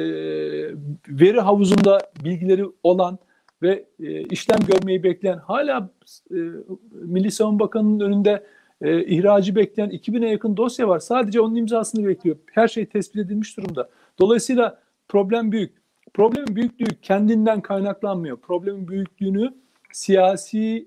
veri havuzunda bilgileri olan ve işlem görmeyi bekleyen, hala Milli Savunma Bakanı'nın önünde ihracı bekleyen 2000'e yakın dosya var. Sadece onun imzasını bekliyor. Her şey tespit edilmiş durumda. Dolayısıyla problem büyük. Problemin büyüklüğü kendinden kaynaklanmıyor. Problemin büyüklüğünü siyasi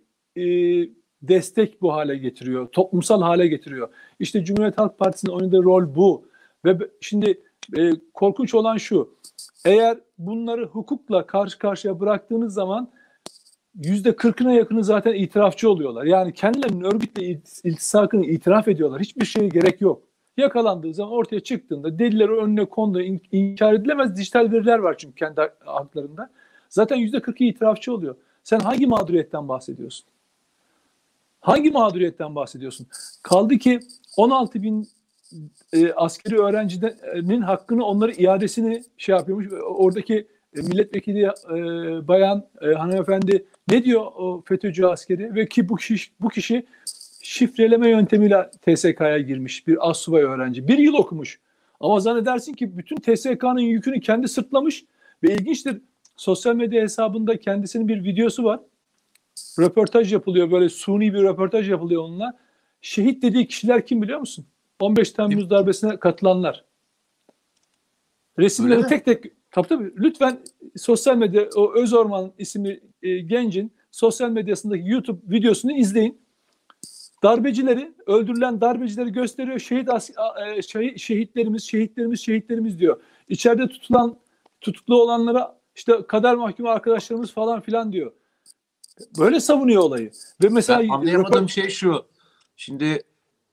destek bu hale getiriyor. Toplumsal hale getiriyor. İşte Cumhuriyet Halk Partisi'nin oynadığı rol bu. Ve şimdi korkunç olan şu. Eğer bunları hukukla karşı karşıya bıraktığınız zaman %40'ına yakını zaten itirafçı oluyorlar. Yani kendilerinin örgütle iltisakını itiraf ediyorlar. Hiçbir şeye gerek yok. Yakalandığı zaman ortaya çıktığında delilleri önüne konduğu inkar edilemez dijital veriler var çünkü kendi haklarında. Zaten %40'ı itirafçı oluyor. Sen hangi mağduriyetten bahsediyorsun? Hangi mağduriyetten bahsediyorsun? Kaldı ki 16 bin askeri öğrencinin hakkını, onları iadesini şey yapıyormuş. Oradaki milletvekili bayan hanımefendi ne diyor o FETÖ'cü askeri? Ve ki bu kişi şifreleme yöntemiyle TSK'ya girmiş bir astsubay öğrenci. 1 yıl okumuş. Ama zannedersin ki bütün TSK'nın yükünü kendi sırtlamış ve ilginçtir. Sosyal medya hesabında kendisinin bir videosu var. Röportaj yapılıyor, böyle suni bir röportaj yapılıyor onunla. Şehit dediği kişiler kim biliyor musun? 15 Temmuz darbesine katılanlar. Resimleri tek tek tabii lütfen sosyal medya, o Özorman isimli gencin sosyal medyasındaki YouTube videosunu izleyin. Darbecileri, öldürülen darbecileri gösteriyor. Şehitlerimiz diyor. İçeride tutuklu olanlara işte kader mahkumu arkadaşlarımız falan filan diyor. Böyle savunuyor olayı. Ve mesela ben anlayamadığım şey şu. Şimdi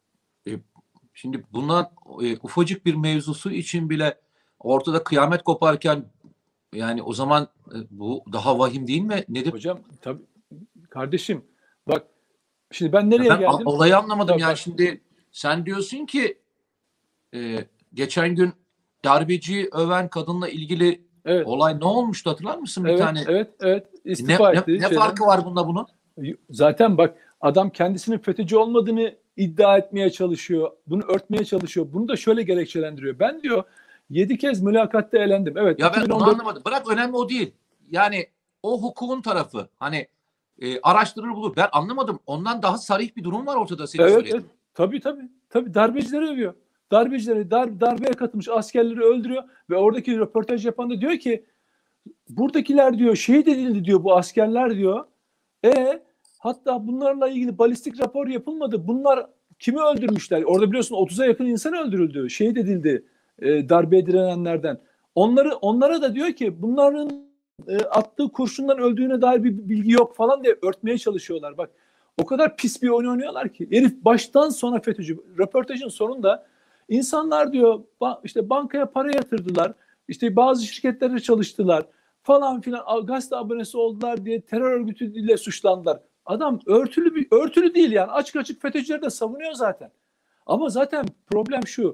bunlar ufacık bir mevzusu için bile ortada kıyamet koparken, yani o zaman bu daha vahim değil mi? Nedir? Hocam tabii kardeşim bak, şimdi ben nereye geldim? Olayı anlamadım tabii, yani. Şimdi sen diyorsun ki geçen gün darbeciyi öven kadınla ilgili olay ne olmuştu, hatırlar mısın bir tane? Evet. İstifa etti. Ne farkı var bunda bunun? Zaten bak, adam kendisinin FETÖ'cü olmadığını iddia etmeye çalışıyor. Bunu örtmeye çalışıyor. Bunu da şöyle gerekçelendiriyor. Ben diyor 7 kez mülakatta elendim. Evet. Ya ben onu anlamadım. Bırak, önemli o değil. Yani o hukukun tarafı. Hani araştırır bulur. Ben anlamadım. Ondan daha sarih bir durum var ortada senin söylediğin. Evet. Tabii darbecileri övüyor. Darbecileri, darbeye katılmış askerleri öldürüyor ve oradaki röportaj yapan da diyor ki buradakiler diyor şehit edildi diyor, bu askerler diyor. Hatta bunlarla ilgili balistik rapor yapılmadı. Bunlar kimi öldürmüşler? Orada biliyorsun 30'a yakın insan öldürüldü. Şehit edildi darbeye direnenlerden. Onlara da diyor ki bunların attığı kurşundan öldüğüne dair bir bilgi yok falan diye örtmeye çalışıyorlar. Bak o kadar pis bir oyun oynuyorlar ki. Herif baştan sona FETÖ'cü. Röportajın sonunda insanlar diyor işte bankaya para yatırdılar. İşte bazı şirketlere çalıştılar falan filan, gazete abonesi oldular diye terör örgütüyle suçlandılar. Adam örtülü değil yani, açık açık FETÖ'cüleri de savunuyor zaten. Ama zaten problem şu,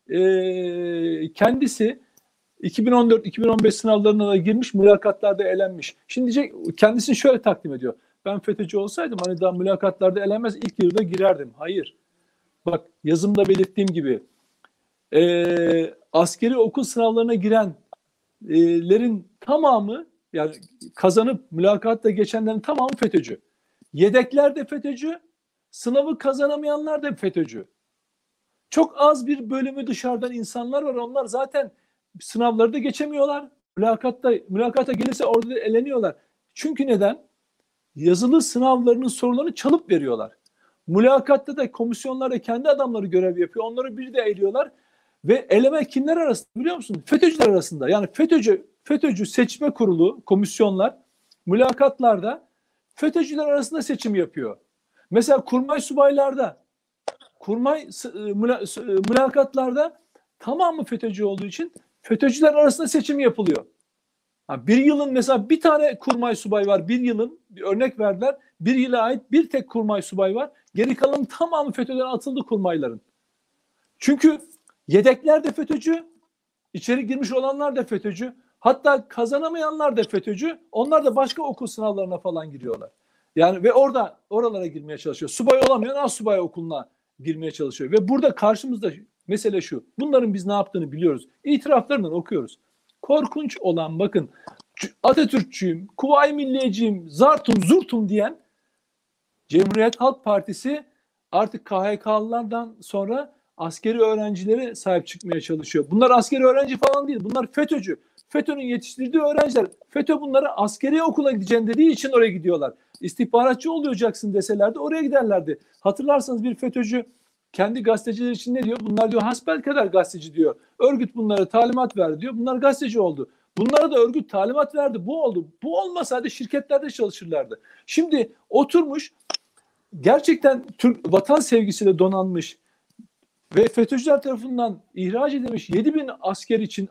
kendisi 2014-2015 sınavlarına da girmiş, mülakatlarda elenmiş. Şimdi kendisini şöyle takdim ediyor. Ben FETÖ'cü olsaydım hani daha mülakatlarda elenmez, ilk yılda girerdim. Hayır. Bak yazımda belirttiğim gibi askeri okul sınavlarına girenlerin tamamı, yani kazanıp mülakatta geçenlerin tamamı FETÖ'cü. Yedekler de FETÖ'cü, sınavı kazanamayanlar da FETÖ'cü. Çok az bir bölümü dışarıdan insanlar var. Onlar zaten sınavları da geçemiyorlar. Mülakata gelirse orada da eleniyorlar. Çünkü neden? Yazılı sınavlarının sorularını çalıp veriyorlar. Mülakatta da komisyonlarda kendi adamları görev yapıyor. Onları bir de eliyorlar. Ve eleme kimler arasında biliyor musun? FETÖ'cüler arasında. Yani FETÖ'cü seçme kurulu, komisyonlar mülakatlarda FETÖ'cüler arasında seçim yapıyor. Mesela kurmay subaylarda, mülakatlarda tamamı FETÖ'cü olduğu için FETÖ'cüler arasında seçim yapılıyor. Bir yılın mesela bir tane kurmay subay var. Bir yılın bir örnek verdiler. Bir yıla ait bir tek kurmay subay var. Geri kalanın tamamı FETÖ'den atıldı kurmayların. Çünkü yedekler de FETÖ'cü, içeri girmiş olanlar da FETÖ'cü. Hatta kazanamayanlar da FETÖ'cü. Onlar da başka okul sınavlarına falan giriyorlar. Yani ve oralara girmeye çalışıyor. Subay olamayan astsubay okuluna girmeye çalışıyor. Ve burada karşımızda mesele şu. Bunların biz ne yaptığını biliyoruz. İtiraflarından okuyoruz. Korkunç olan, bakın, Atatürkçüyüm, Kuvayi Milliyeciyim, zartum zurtum diyen Cumhuriyet Halk Partisi artık KHK'lılardan sonra askeri öğrencilere sahip çıkmaya çalışıyor. Bunlar askeri öğrenci falan değil. Bunlar FETÖ'cü. FETÖ'nün yetiştirdiği öğrenciler. FETÖ bunlara askeri okula gideceksin dediği için oraya gidiyorlar. İstihbaratçı olacaksın deselerdi oraya giderlerdi. Hatırlarsanız bir FETÖ'cü kendi gazeteciler için ne diyor? Bunlar diyor hasbelkader gazeteci diyor. Örgüt bunlara talimat verdi diyor. Bunlar gazeteci oldu. Bunlara da örgüt talimat verdi. Bu oldu. Bu olmasaydı şirketlerde çalışırlardı. Şimdi oturmuş gerçekten Türk vatan sevgisiyle donanmış ve FETÖ'cüler tarafından ihraç edilmiş 7.000 asker için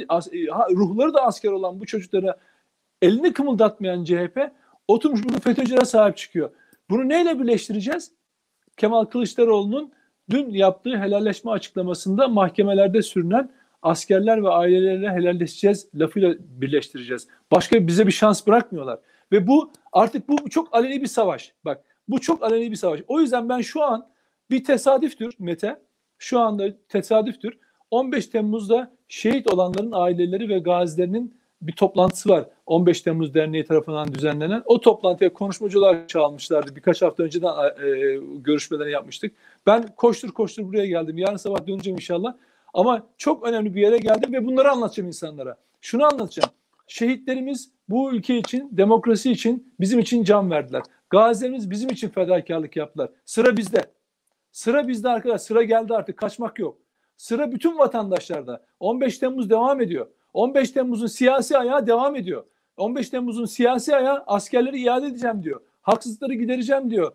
ruhları da asker olan bu çocuklara elini kımıldatmayan CHP oturmuş bunu FETÖ'cülere sahip çıkıyor. Bunu neyle birleştireceğiz? Kemal Kılıçdaroğlu'nun dün yaptığı helalleşme açıklamasında mahkemelerde sürünen askerler ve ailelerle helalleşeceğiz lafıyla birleştireceğiz. Başka bize bir şans bırakmıyorlar. Ve bu çok aleni bir savaş. Bak bu çok aleni bir savaş. O yüzden ben şu an bir tesadüftür Mete. Şu anda tesadüftür. 15 Temmuz'da şehit olanların aileleri ve gazilerinin bir toplantısı var. 15 Temmuz Derneği tarafından düzenlenen. O toplantıya konuşmacılar çağırmışlardı. Birkaç hafta önceden görüşmelerini yapmıştık. Ben koştur buraya geldim. Yarın sabah döneceğim inşallah. Ama çok önemli bir yere geldim ve bunları anlatacağım insanlara. Şunu anlatacağım. Şehitlerimiz bu ülke için, demokrasi için, bizim için can verdiler. Gazilerimiz bizim için fedakarlık yaptılar. Sıra bizde. Sıra bizde arkadaşlar. Sıra geldi artık. Kaçmak yok. Sıra bütün vatandaşlarda. 15 Temmuz devam ediyor. 15 Temmuz'un siyasi ayağı devam ediyor. 15 Temmuz'un siyasi ayağı askerleri iade edeceğim diyor. Haksızlıkları gidereceğim diyor.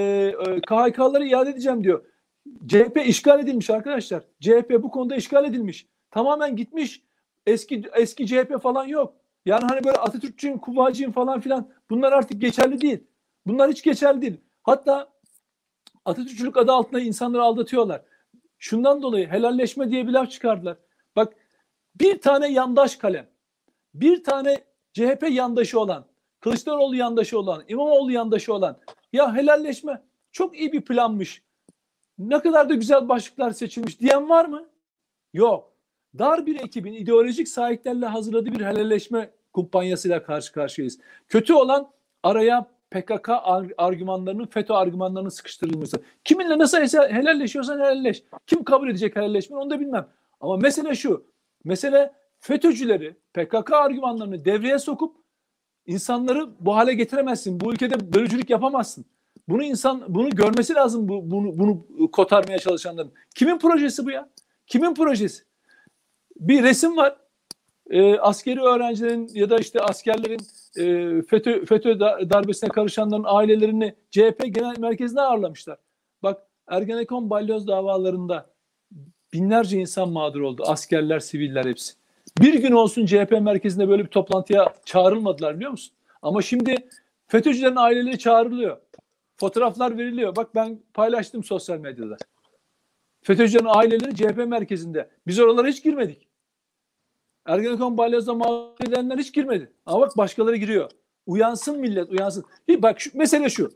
KHK'ları iade edeceğim diyor. CHP işgal edilmiş arkadaşlar. CHP bu konuda işgal edilmiş. Tamamen gitmiş. Eski CHP falan yok. Yani hani böyle Atatürkçüyüm, Kuvacıyım falan filan. Bunlar artık geçerli değil. Bunlar hiç geçerli değil. Hatta Atatürkçülük adı altında insanları aldatıyorlar. Şundan dolayı helalleşme diye bir laf çıkardılar. Bak bir tane yandaş kalem, bir tane CHP yandaşı olan, Kılıçdaroğlu yandaşı olan, İmamoğlu yandaşı olan, ya helalleşme çok iyi bir planmış, ne kadar da güzel başlıklar seçilmiş diyen var mı? Yok. Dar bir ekibin ideolojik sahiplerle hazırladığı bir helalleşme kumpanyasıyla karşı karşıyayız. Kötü olan araya PKK argümanlarının, FETÖ argümanlarının sıkıştırılması. Kiminle nasıl helalleşiyorsan helalleş. Kim kabul edecek helalleşmeyi onu da bilmem. Ama mesele şu. Mesele FETÖ'cüleri, PKK argümanlarını devreye sokup insanları bu hale getiremezsin. Bu ülkede bölücülük yapamazsın. Bunu görmesi lazım, bunu kotarmaya çalışanların. Kimin projesi bu ya? Kimin projesi? Bir resim var. askeri öğrencilerin ya da işte askerlerin FETÖ darbesine karışanların ailelerini CHP Genel Merkezi'ne ağırlamışlar. Bak, Ergenekon balyoz davalarında binlerce insan mağdur oldu. Askerler, siviller hepsi. Bir gün olsun CHP merkezinde böyle bir toplantıya çağrılmadılar, biliyor musun? Ama şimdi FETÖ'cülerin aileleri çağrılıyor. Fotoğraflar veriliyor. Bak, ben paylaştım sosyal medyada. FETÖ'cülerin aileleri CHP merkezinde. Biz oralara hiç girmedik. Ergenekon balyozda mağdur edilenler hiç girmedi. Ama bak, başkaları giriyor. Uyansın millet, uyansın. Bak, mesele şu.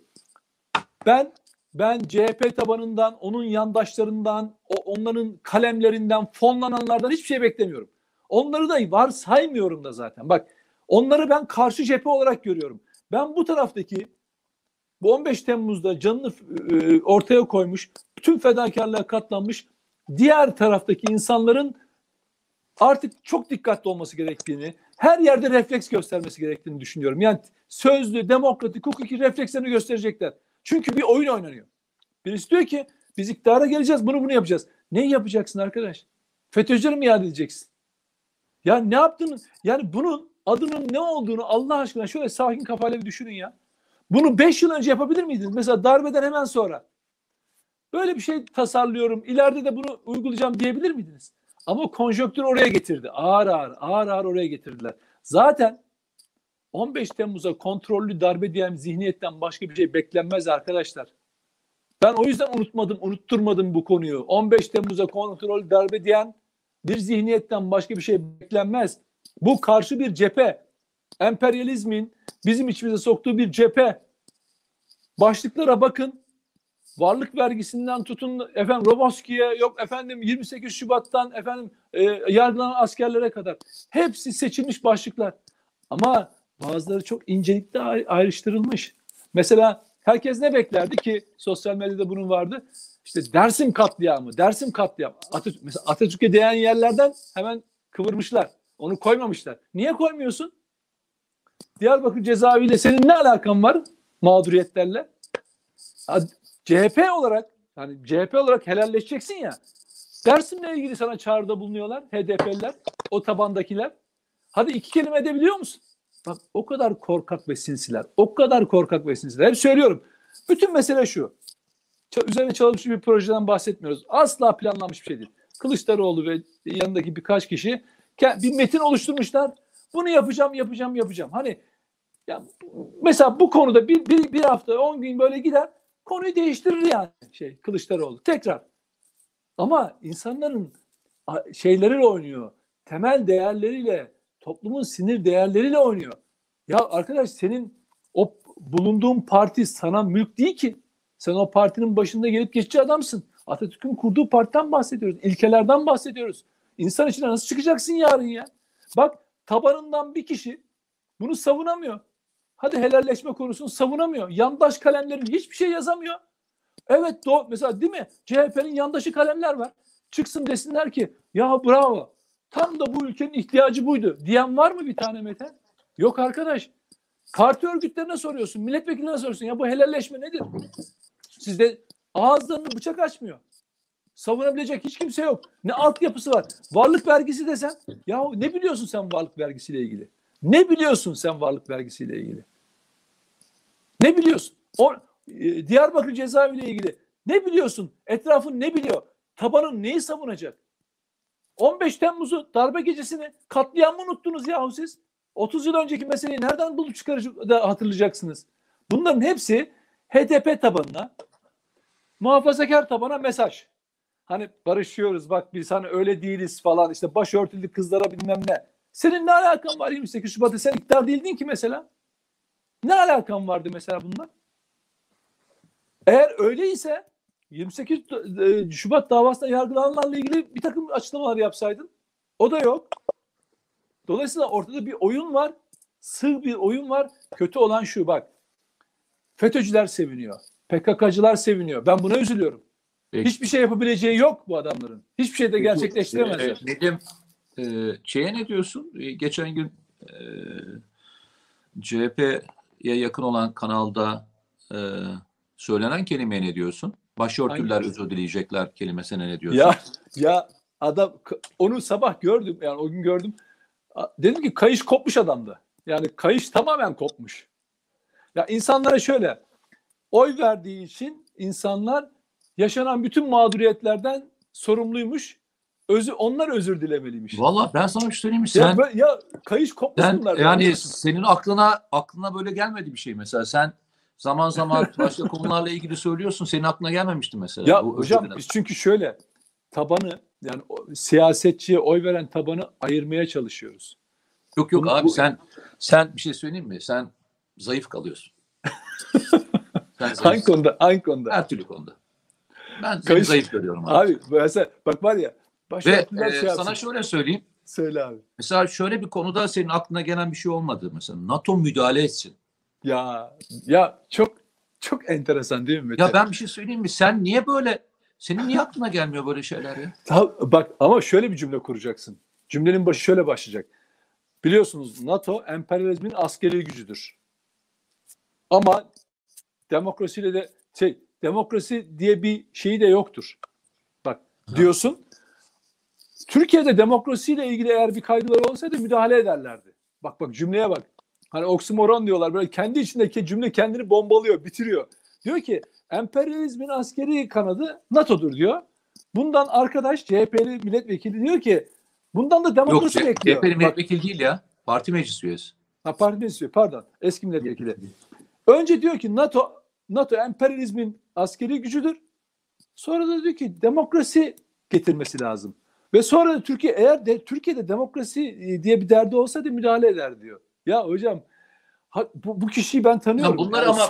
Ben CHP tabanından, onun yandaşlarından, onların kalemlerinden, fonlananlardan hiçbir şey beklemiyorum. Onları da varsaymıyorum da zaten. Bak, onları ben karşı cephe olarak görüyorum. Ben bu taraftaki, bu 15 Temmuz'da canını ortaya koymuş, bütün fedakarlığa katlanmış diğer taraftaki insanların artık çok dikkatli olması gerektiğini, her yerde refleks göstermesi gerektiğini düşünüyorum. Yani sözlü, demokratik, hukuki reflekslerini gösterecekler. Çünkü bir oyun oynanıyor. Birisi diyor ki biz iktidara geleceğiz, bunu yapacağız. Ne yapacaksın arkadaş? FETÖ'cüleri mi iade edeceksin? Ya ne yaptın? Yani bunun adının ne olduğunu Allah aşkına şöyle sakin kafayla bir düşünün ya. Bunu 5 yıl önce yapabilir miydiniz? Mesela darbeden hemen sonra. Böyle bir şey tasarlıyorum, İleride de bunu uygulayacağım diyebilir miydiniz? Ama konjonktür oraya getirdi. Ağır ağır oraya getirdiler. Zaten 15 Temmuz'a kontrollü darbe diyen zihniyetten başka bir şey beklenmez arkadaşlar. Ben o yüzden unutturmadım bu konuyu. 15 Temmuz'a kontrollü darbe diyen bir zihniyetten başka bir şey beklenmez. Bu karşı bir cephe. Emperyalizmin bizim içimize soktuğu bir cephe. Başlıklara bakın. Varlık vergisinden tutun efendim Roboski'ye, yok efendim 28 Şubat'tan efendim yargılanan askerlere kadar. Hepsi seçilmiş başlıklar. Ama bazıları çok incelikle ayrıştırılmış. Mesela herkes ne beklerdi ki sosyal medyada bunun vardı? İşte Dersim katliamı. Mesela Atatürk'e değen yerlerden hemen kıvırmışlar. Onu koymamışlar. Niye koymuyorsun? Diyarbakır cezaeviyle senin ne alakan var mağduriyetlerle? CHP olarak helalleşeceksin ya. Dersim'le ilgili sana çağrıda bulunuyorlar HDP'liler, o tabandakiler. Hadi 2 kelime edebiliyor musun? Bak, o kadar korkak ve sinsiler. Hep söylüyorum. Bütün mesele şu. Üzerine çalışmış bir projeden bahsetmiyoruz. Asla planlanmış bir şey değil. Kılıçdaroğlu ve yanındaki birkaç kişi bir metin oluşturmuşlar. Bunu yapacağım. Hani ya, mesela bu konuda bir hafta 10 gün böyle gider. Konuyu değiştirir yani Kılıçdaroğlu tekrar. Ama insanların şeyleriyle oynuyor. Temel değerleriyle, toplumun sinir değerleriyle oynuyor. Ya arkadaş, senin o bulunduğun parti sana mülk değil ki. Sen o partinin başında gelip geçici adamsın. Atatürk'ün kurduğu partiden bahsediyoruz. İlkelerden bahsediyoruz. İnsan içine nasıl çıkacaksın yarın ya? Bak, tabanından bir kişi bunu savunamıyor. Hadi helalleşme konusunu savunamıyor. Yandaş kalemlerin hiçbir şey yazamıyor. Evet, mesela değil mi? CHP'nin yandaşı kalemler var. Çıksın desinler ki ya bravo, tam da bu ülkenin ihtiyacı buydu diyen var mı bir tane Mete? Yok arkadaş. Parti örgütlerine soruyorsun, milletvekillerine soruyorsun. Ya bu helalleşme nedir? Sizde ağızlarını bıçak açmıyor. Savunabilecek hiç kimse yok. Ne altyapısı var. Varlık vergisi desen. Ya ne biliyorsun sen varlık vergisiyle ilgili? Ne biliyorsun? Diyarbakır cezaeviyle ilgili ne biliyorsun? Etrafın ne biliyor? Tabanın neyi savunacak? 15 Temmuz'u, darbe gecesini, katliamı unuttunuz yahu siz. 30 yıl önceki meseleyi nereden bulup çıkarıp da hatırlayacaksınız? Bunların hepsi HDP tabanına, muhafazakar tabana mesaj. Hani barışıyoruz, bak biz hani öyle değiliz falan, işte başörtülü kızlara bilmem ne. Senin ne alakan var 28 Şubat'ta? Sen iktidar değildin ki mesela. Ne alakan vardı mesela bunlar? Eğer öyleyse 28 Şubat davasında yargılananlarla ilgili bir takım açıklamalar yapsaydın. O da yok. Dolayısıyla ortada bir oyun var. Sığ bir oyun var. Kötü olan şu, bak. FETÖ'cüler seviniyor. PKK'cılar seviniyor. Ben buna üzülüyorum. Peki. Hiçbir şey yapabileceği yok bu adamların. Hiçbir şey de gerçekleştiremezler. Nedim, şeye ne diyorsun? Geçen gün CHP'ye yakın olan kanalda söylenen kelimeye ne diyorsun? Başörtüler özür dileyecekler kelimesine ne diyorsun? Ya adam, onu sabah gördüm, yani o gün gördüm. Dedim ki kayış kopmuş adamda. Yani kayış tamamen kopmuş. Ya insanlara şöyle, oy verdiği için insanlar yaşanan bütün mağduriyetlerden sorumluymuş. Onlar özür dilemeliymiş. Valla ben sana bir şey söyleyeyim mi? Sen, Ya kayış kopmuş bunlar. yani senin aklına böyle gelmedi bir şey mesela. Sen zaman zaman başka konularla ilgili söylüyorsun. Senin aklına gelmemişti mesela. Ya bu hocam özür biz çünkü şöyle tabanı, yani siyasetçiye oy veren tabanı ayırmaya çalışıyoruz. Yok abi, sen bir şey söyleyeyim mi? Sen zayıf kalıyorsun. Sen Hangi konuda? Hangi konuda? Her türlü konuda. Ben seni zayıf görüyorum abi. Abi mesela bak var ya. Ve sana şöyle söyleyeyim. Söyle abi. Mesela şöyle bir konuda senin aklına gelen bir şey olmadı. Mesela NATO müdahale etsin. Ya çok enteresan değil mi Mete? Ya ben bir şey söyleyeyim mi? Senin niye aklına gelmiyor böyle şeyler ya? Bak ama şöyle bir cümle kuracaksın. Cümlenin başı şöyle başlayacak. Biliyorsunuz NATO emperyalizmin askeri gücüdür. Ama demokrasiyle de demokrasi diye bir şeyi de yoktur. Bak diyorsun. Türkiye'de demokrasiyle ilgili eğer bir kaygıları olsaydı müdahale ederlerdi. Bak cümleye bak. Hani oksimoron diyorlar, böyle kendi içindeki cümle kendini bombalıyor, bitiriyor. Diyor ki emperyalizmin askeri kanadı NATO'dur diyor. Bundan arkadaş CHP'li milletvekili diyor ki bundan da demokrasi bekliyor. CHP'li milletvekili değil ya. Parti meclis üyesi. Parti meclis üyesi, pardon. Eski milletvekili. Önce diyor ki NATO emperyalizmin askeri gücüdür. Sonra da diyor ki demokrasi getirmesi lazım. Ve sonra da Türkiye'de demokrasi diye bir derdi olsaydı müdahale eder diyor. Ya hocam bu kişiyi ben tanıyorum. Bunlar ama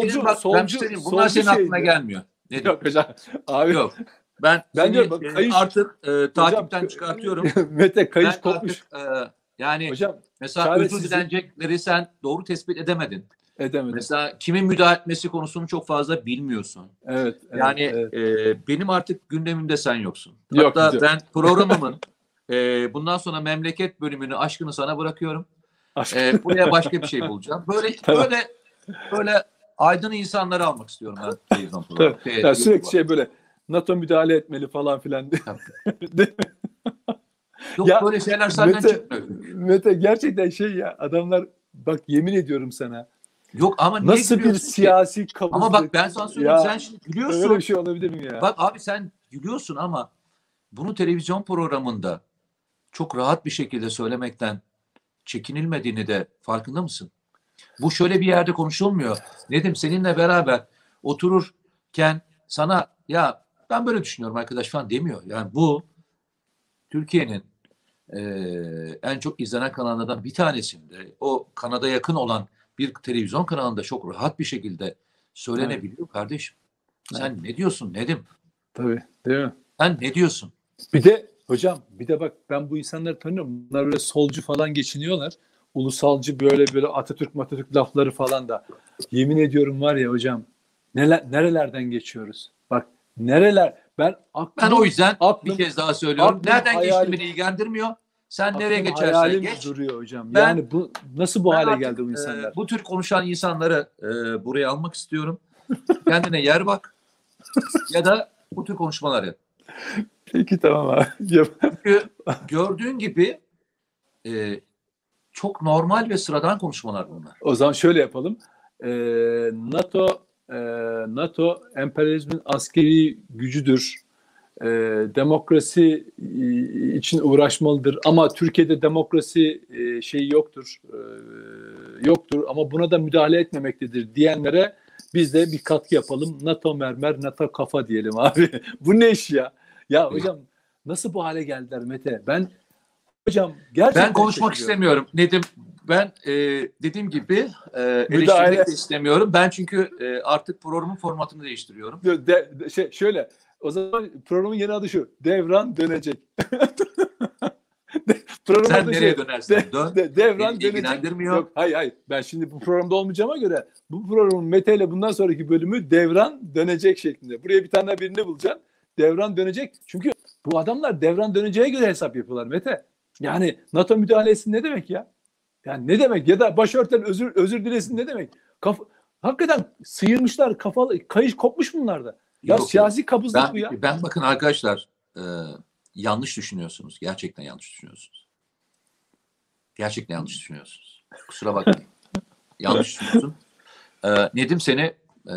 bunlar senin aklına gelmiyor. Yok hocam. Abi. Yok. Ben diyorum, artık takipten çıkartıyorum. Mete kayış kopmuş. Yani hocam, mesela özür dilenecekleri sen doğru tespit edemedin. Edemedim. Mesela kimin müdahale etmesi konusunu çok fazla bilmiyorsun. Evet. Yani benim artık gündemimde sen yoksun. Yok, hatta ben programımın bundan sonra memleket bölümünü, aşkını sana bırakıyorum. Buraya başka bir şey bulacağım. Böyle aydın insanları almak istiyorum ben. Sürekli böyle NATO müdahale etmeli falan filan. Yok ya, böyle şeyler senden çıkmıyor. Mete gerçekten ya adamlar, bak yemin ediyorum sana. Yok ama niye nasıl bir siyasi kabızlık. Ama bak ben sana söyleyeyim, sen şimdi gülüyorsun. Öyle bir şey olabilir mi ya? Bak abi sen gülüyorsun ama bunu televizyon programında çok rahat bir şekilde söylemekten çekinilmediğini de farkında mısın? Bu şöyle bir yerde konuşulmuyor. Nedim seninle beraber otururken sana ya ben böyle düşünüyorum arkadaş falan demiyor. Yani bu Türkiye'nin en çok izlenen kanallardan bir tanesinde, o kanada yakın olan bir televizyon kanalında çok rahat bir şekilde söylenebiliyor, evet. Kardeşim. Sen evet. Ne diyorsun Nedim? Tabii, değil mi? Sen ne diyorsun? Bir de hocam, bak ben bu insanları tanıyorum. Bunlar böyle solcu falan geçiniyorlar. Ulusalcı böyle Atatürk lafları falan da. Yemin ediyorum var ya hocam, nerelerden geçiyoruz? Bak nereler. Ben o yüzden bir kez daha söylüyorum. Nereden geçtiğini ilgilendirmiyor. Sen nereye geçersen geç. Duruyor hocam. Yani bu nasıl bu hale geldi bu insanlar? Bu tür konuşan insanları buraya almak istiyorum. Kendine yer bak. Ya da bu tür konuşmalar yap. Peki tamam abi. Çünkü gördüğün gibi çok normal ve sıradan konuşmalar bunlar. O zaman şöyle yapalım. NATO emperyalizmin askeri gücüdür. Demokrasi için uğraşmalıdır ama Türkiye'de demokrasi şeyi yoktur. Yoktur ama buna da müdahale etmemektedir diyenlere biz de bir katkı yapalım. NATO mermer, NATO kafa diyelim abi. Bu ne iş ya? Ya hocam nasıl bu hale geldiler Mete? Hocam gerçekten ben konuşmak istemiyorum Nedim. Ben dediğim gibi eleştirmek de istemiyorum. Ben çünkü artık programın formatını değiştiriyorum. Şöyle, o zaman programın yeni adı şu. Devran dönecek. Sen nereye dönersen dön. Devran dönecek. Yok, hayır. Ben şimdi bu programda olmayacağıma göre bu programın Mete ile bundan sonraki bölümü devran dönecek şeklinde. Buraya bir tane birini bulacaksın. Devran dönecek. Çünkü bu adamlar devran döneceğe göre hesap yapıyorlar Mete. Yani NATO müdahalesi ne demek ya? Yani ne demek? Ya da başörten özür dilesin ne demek? Hakikaten sıyırmışlar, kayış kopmuş bunlarda. Ya siyasi kabızlık bu ya. Ben bakın arkadaşlar yanlış düşünüyorsunuz. Gerçekten yanlış düşünüyorsunuz. Gerçekten yanlış düşünüyorsunuz. Kusura bakmayın. Yanlış düşünüyorsun. Nedim seni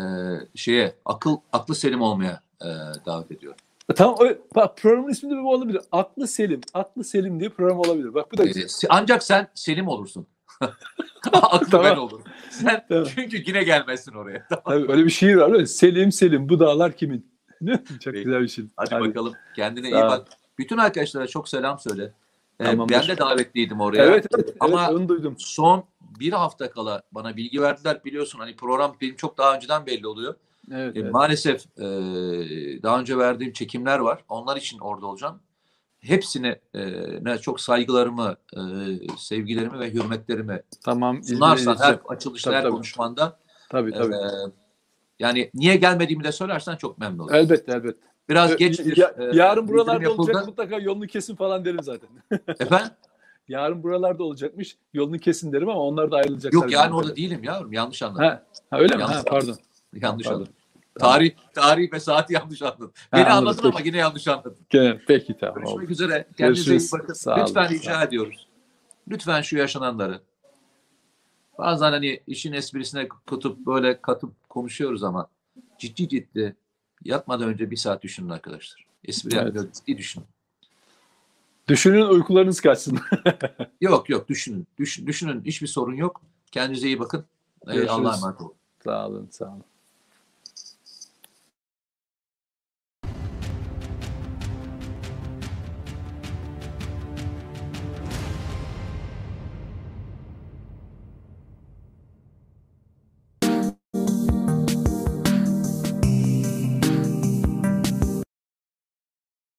aklı selim olmaya davet ediyorum. Tamam, bak programın ismi de bu olabilir. Aklı Selim. Aklı Selim diye program olabilir. Bak bu da güzel. Ancak sen selim olursun. Aklı Tamam. ben olurum. Sen Tamam. çünkü yine gelmezsin oraya. Tamam. Tabii öyle bir şiir var. Öyle. Selim Selim bu dağlar kimin? Çok Peki. güzel bir şiir. Hadi bakalım. Kendine iyi Sağ ol. bak. Bütün arkadaşlara çok selam söyle. Tamamdır. Ben de davetliydim oraya. Evet, Ama onu duydum. son bir hafta kala bana bilgi verdiler. Biliyorsun hani program benim çok daha önceden belli oluyor. Evet. Maalesef daha önce verdiğim çekimler var. Onlar için orada olacağım. Hepsine çok saygılarımı, sevgilerimi ve hürmetlerimi Tamam. sunarsan her açılışta, her Tabii. konuşmanda Tabii. yani niye gelmediğimi de söylersen çok memnun olurum. Elbette. Biraz geç yarın buralarda bildirim yapıldı. olacak, mutlaka yolunu kesin falan derim zaten. Efendim? Yarın buralarda olacakmış. Yolunu kesin derim ama onlar da ayrılacaklar. Yok yarın orada değilim yavrum. Yanlış anladın. Ha öyle mi? Yanlış Ha, pardon. Yanlış Pardon. anladın. Tarih ve saati yanlış anladın. Beni anladım, anladın ama yine yanlış anladın. Peki tamam. Görüşmek Oldu. üzere. Kendinize iyi Görüşürüz. bakın. Sağ olun. Lütfen Sağ rica ediyoruz. Lütfen şu yaşananları. Bazen hani işin esprisine katıp konuşuyoruz ama ciddi yatmadan önce bir saat düşünün arkadaşlar. Espri yapmıyor, ciddi düşünün. Düşünün, uykularınız kaçsın. Yok düşünün. Düşünün, hiçbir sorun yok. Kendinize iyi bakın. Allah'a emanet olun. Sağ olun.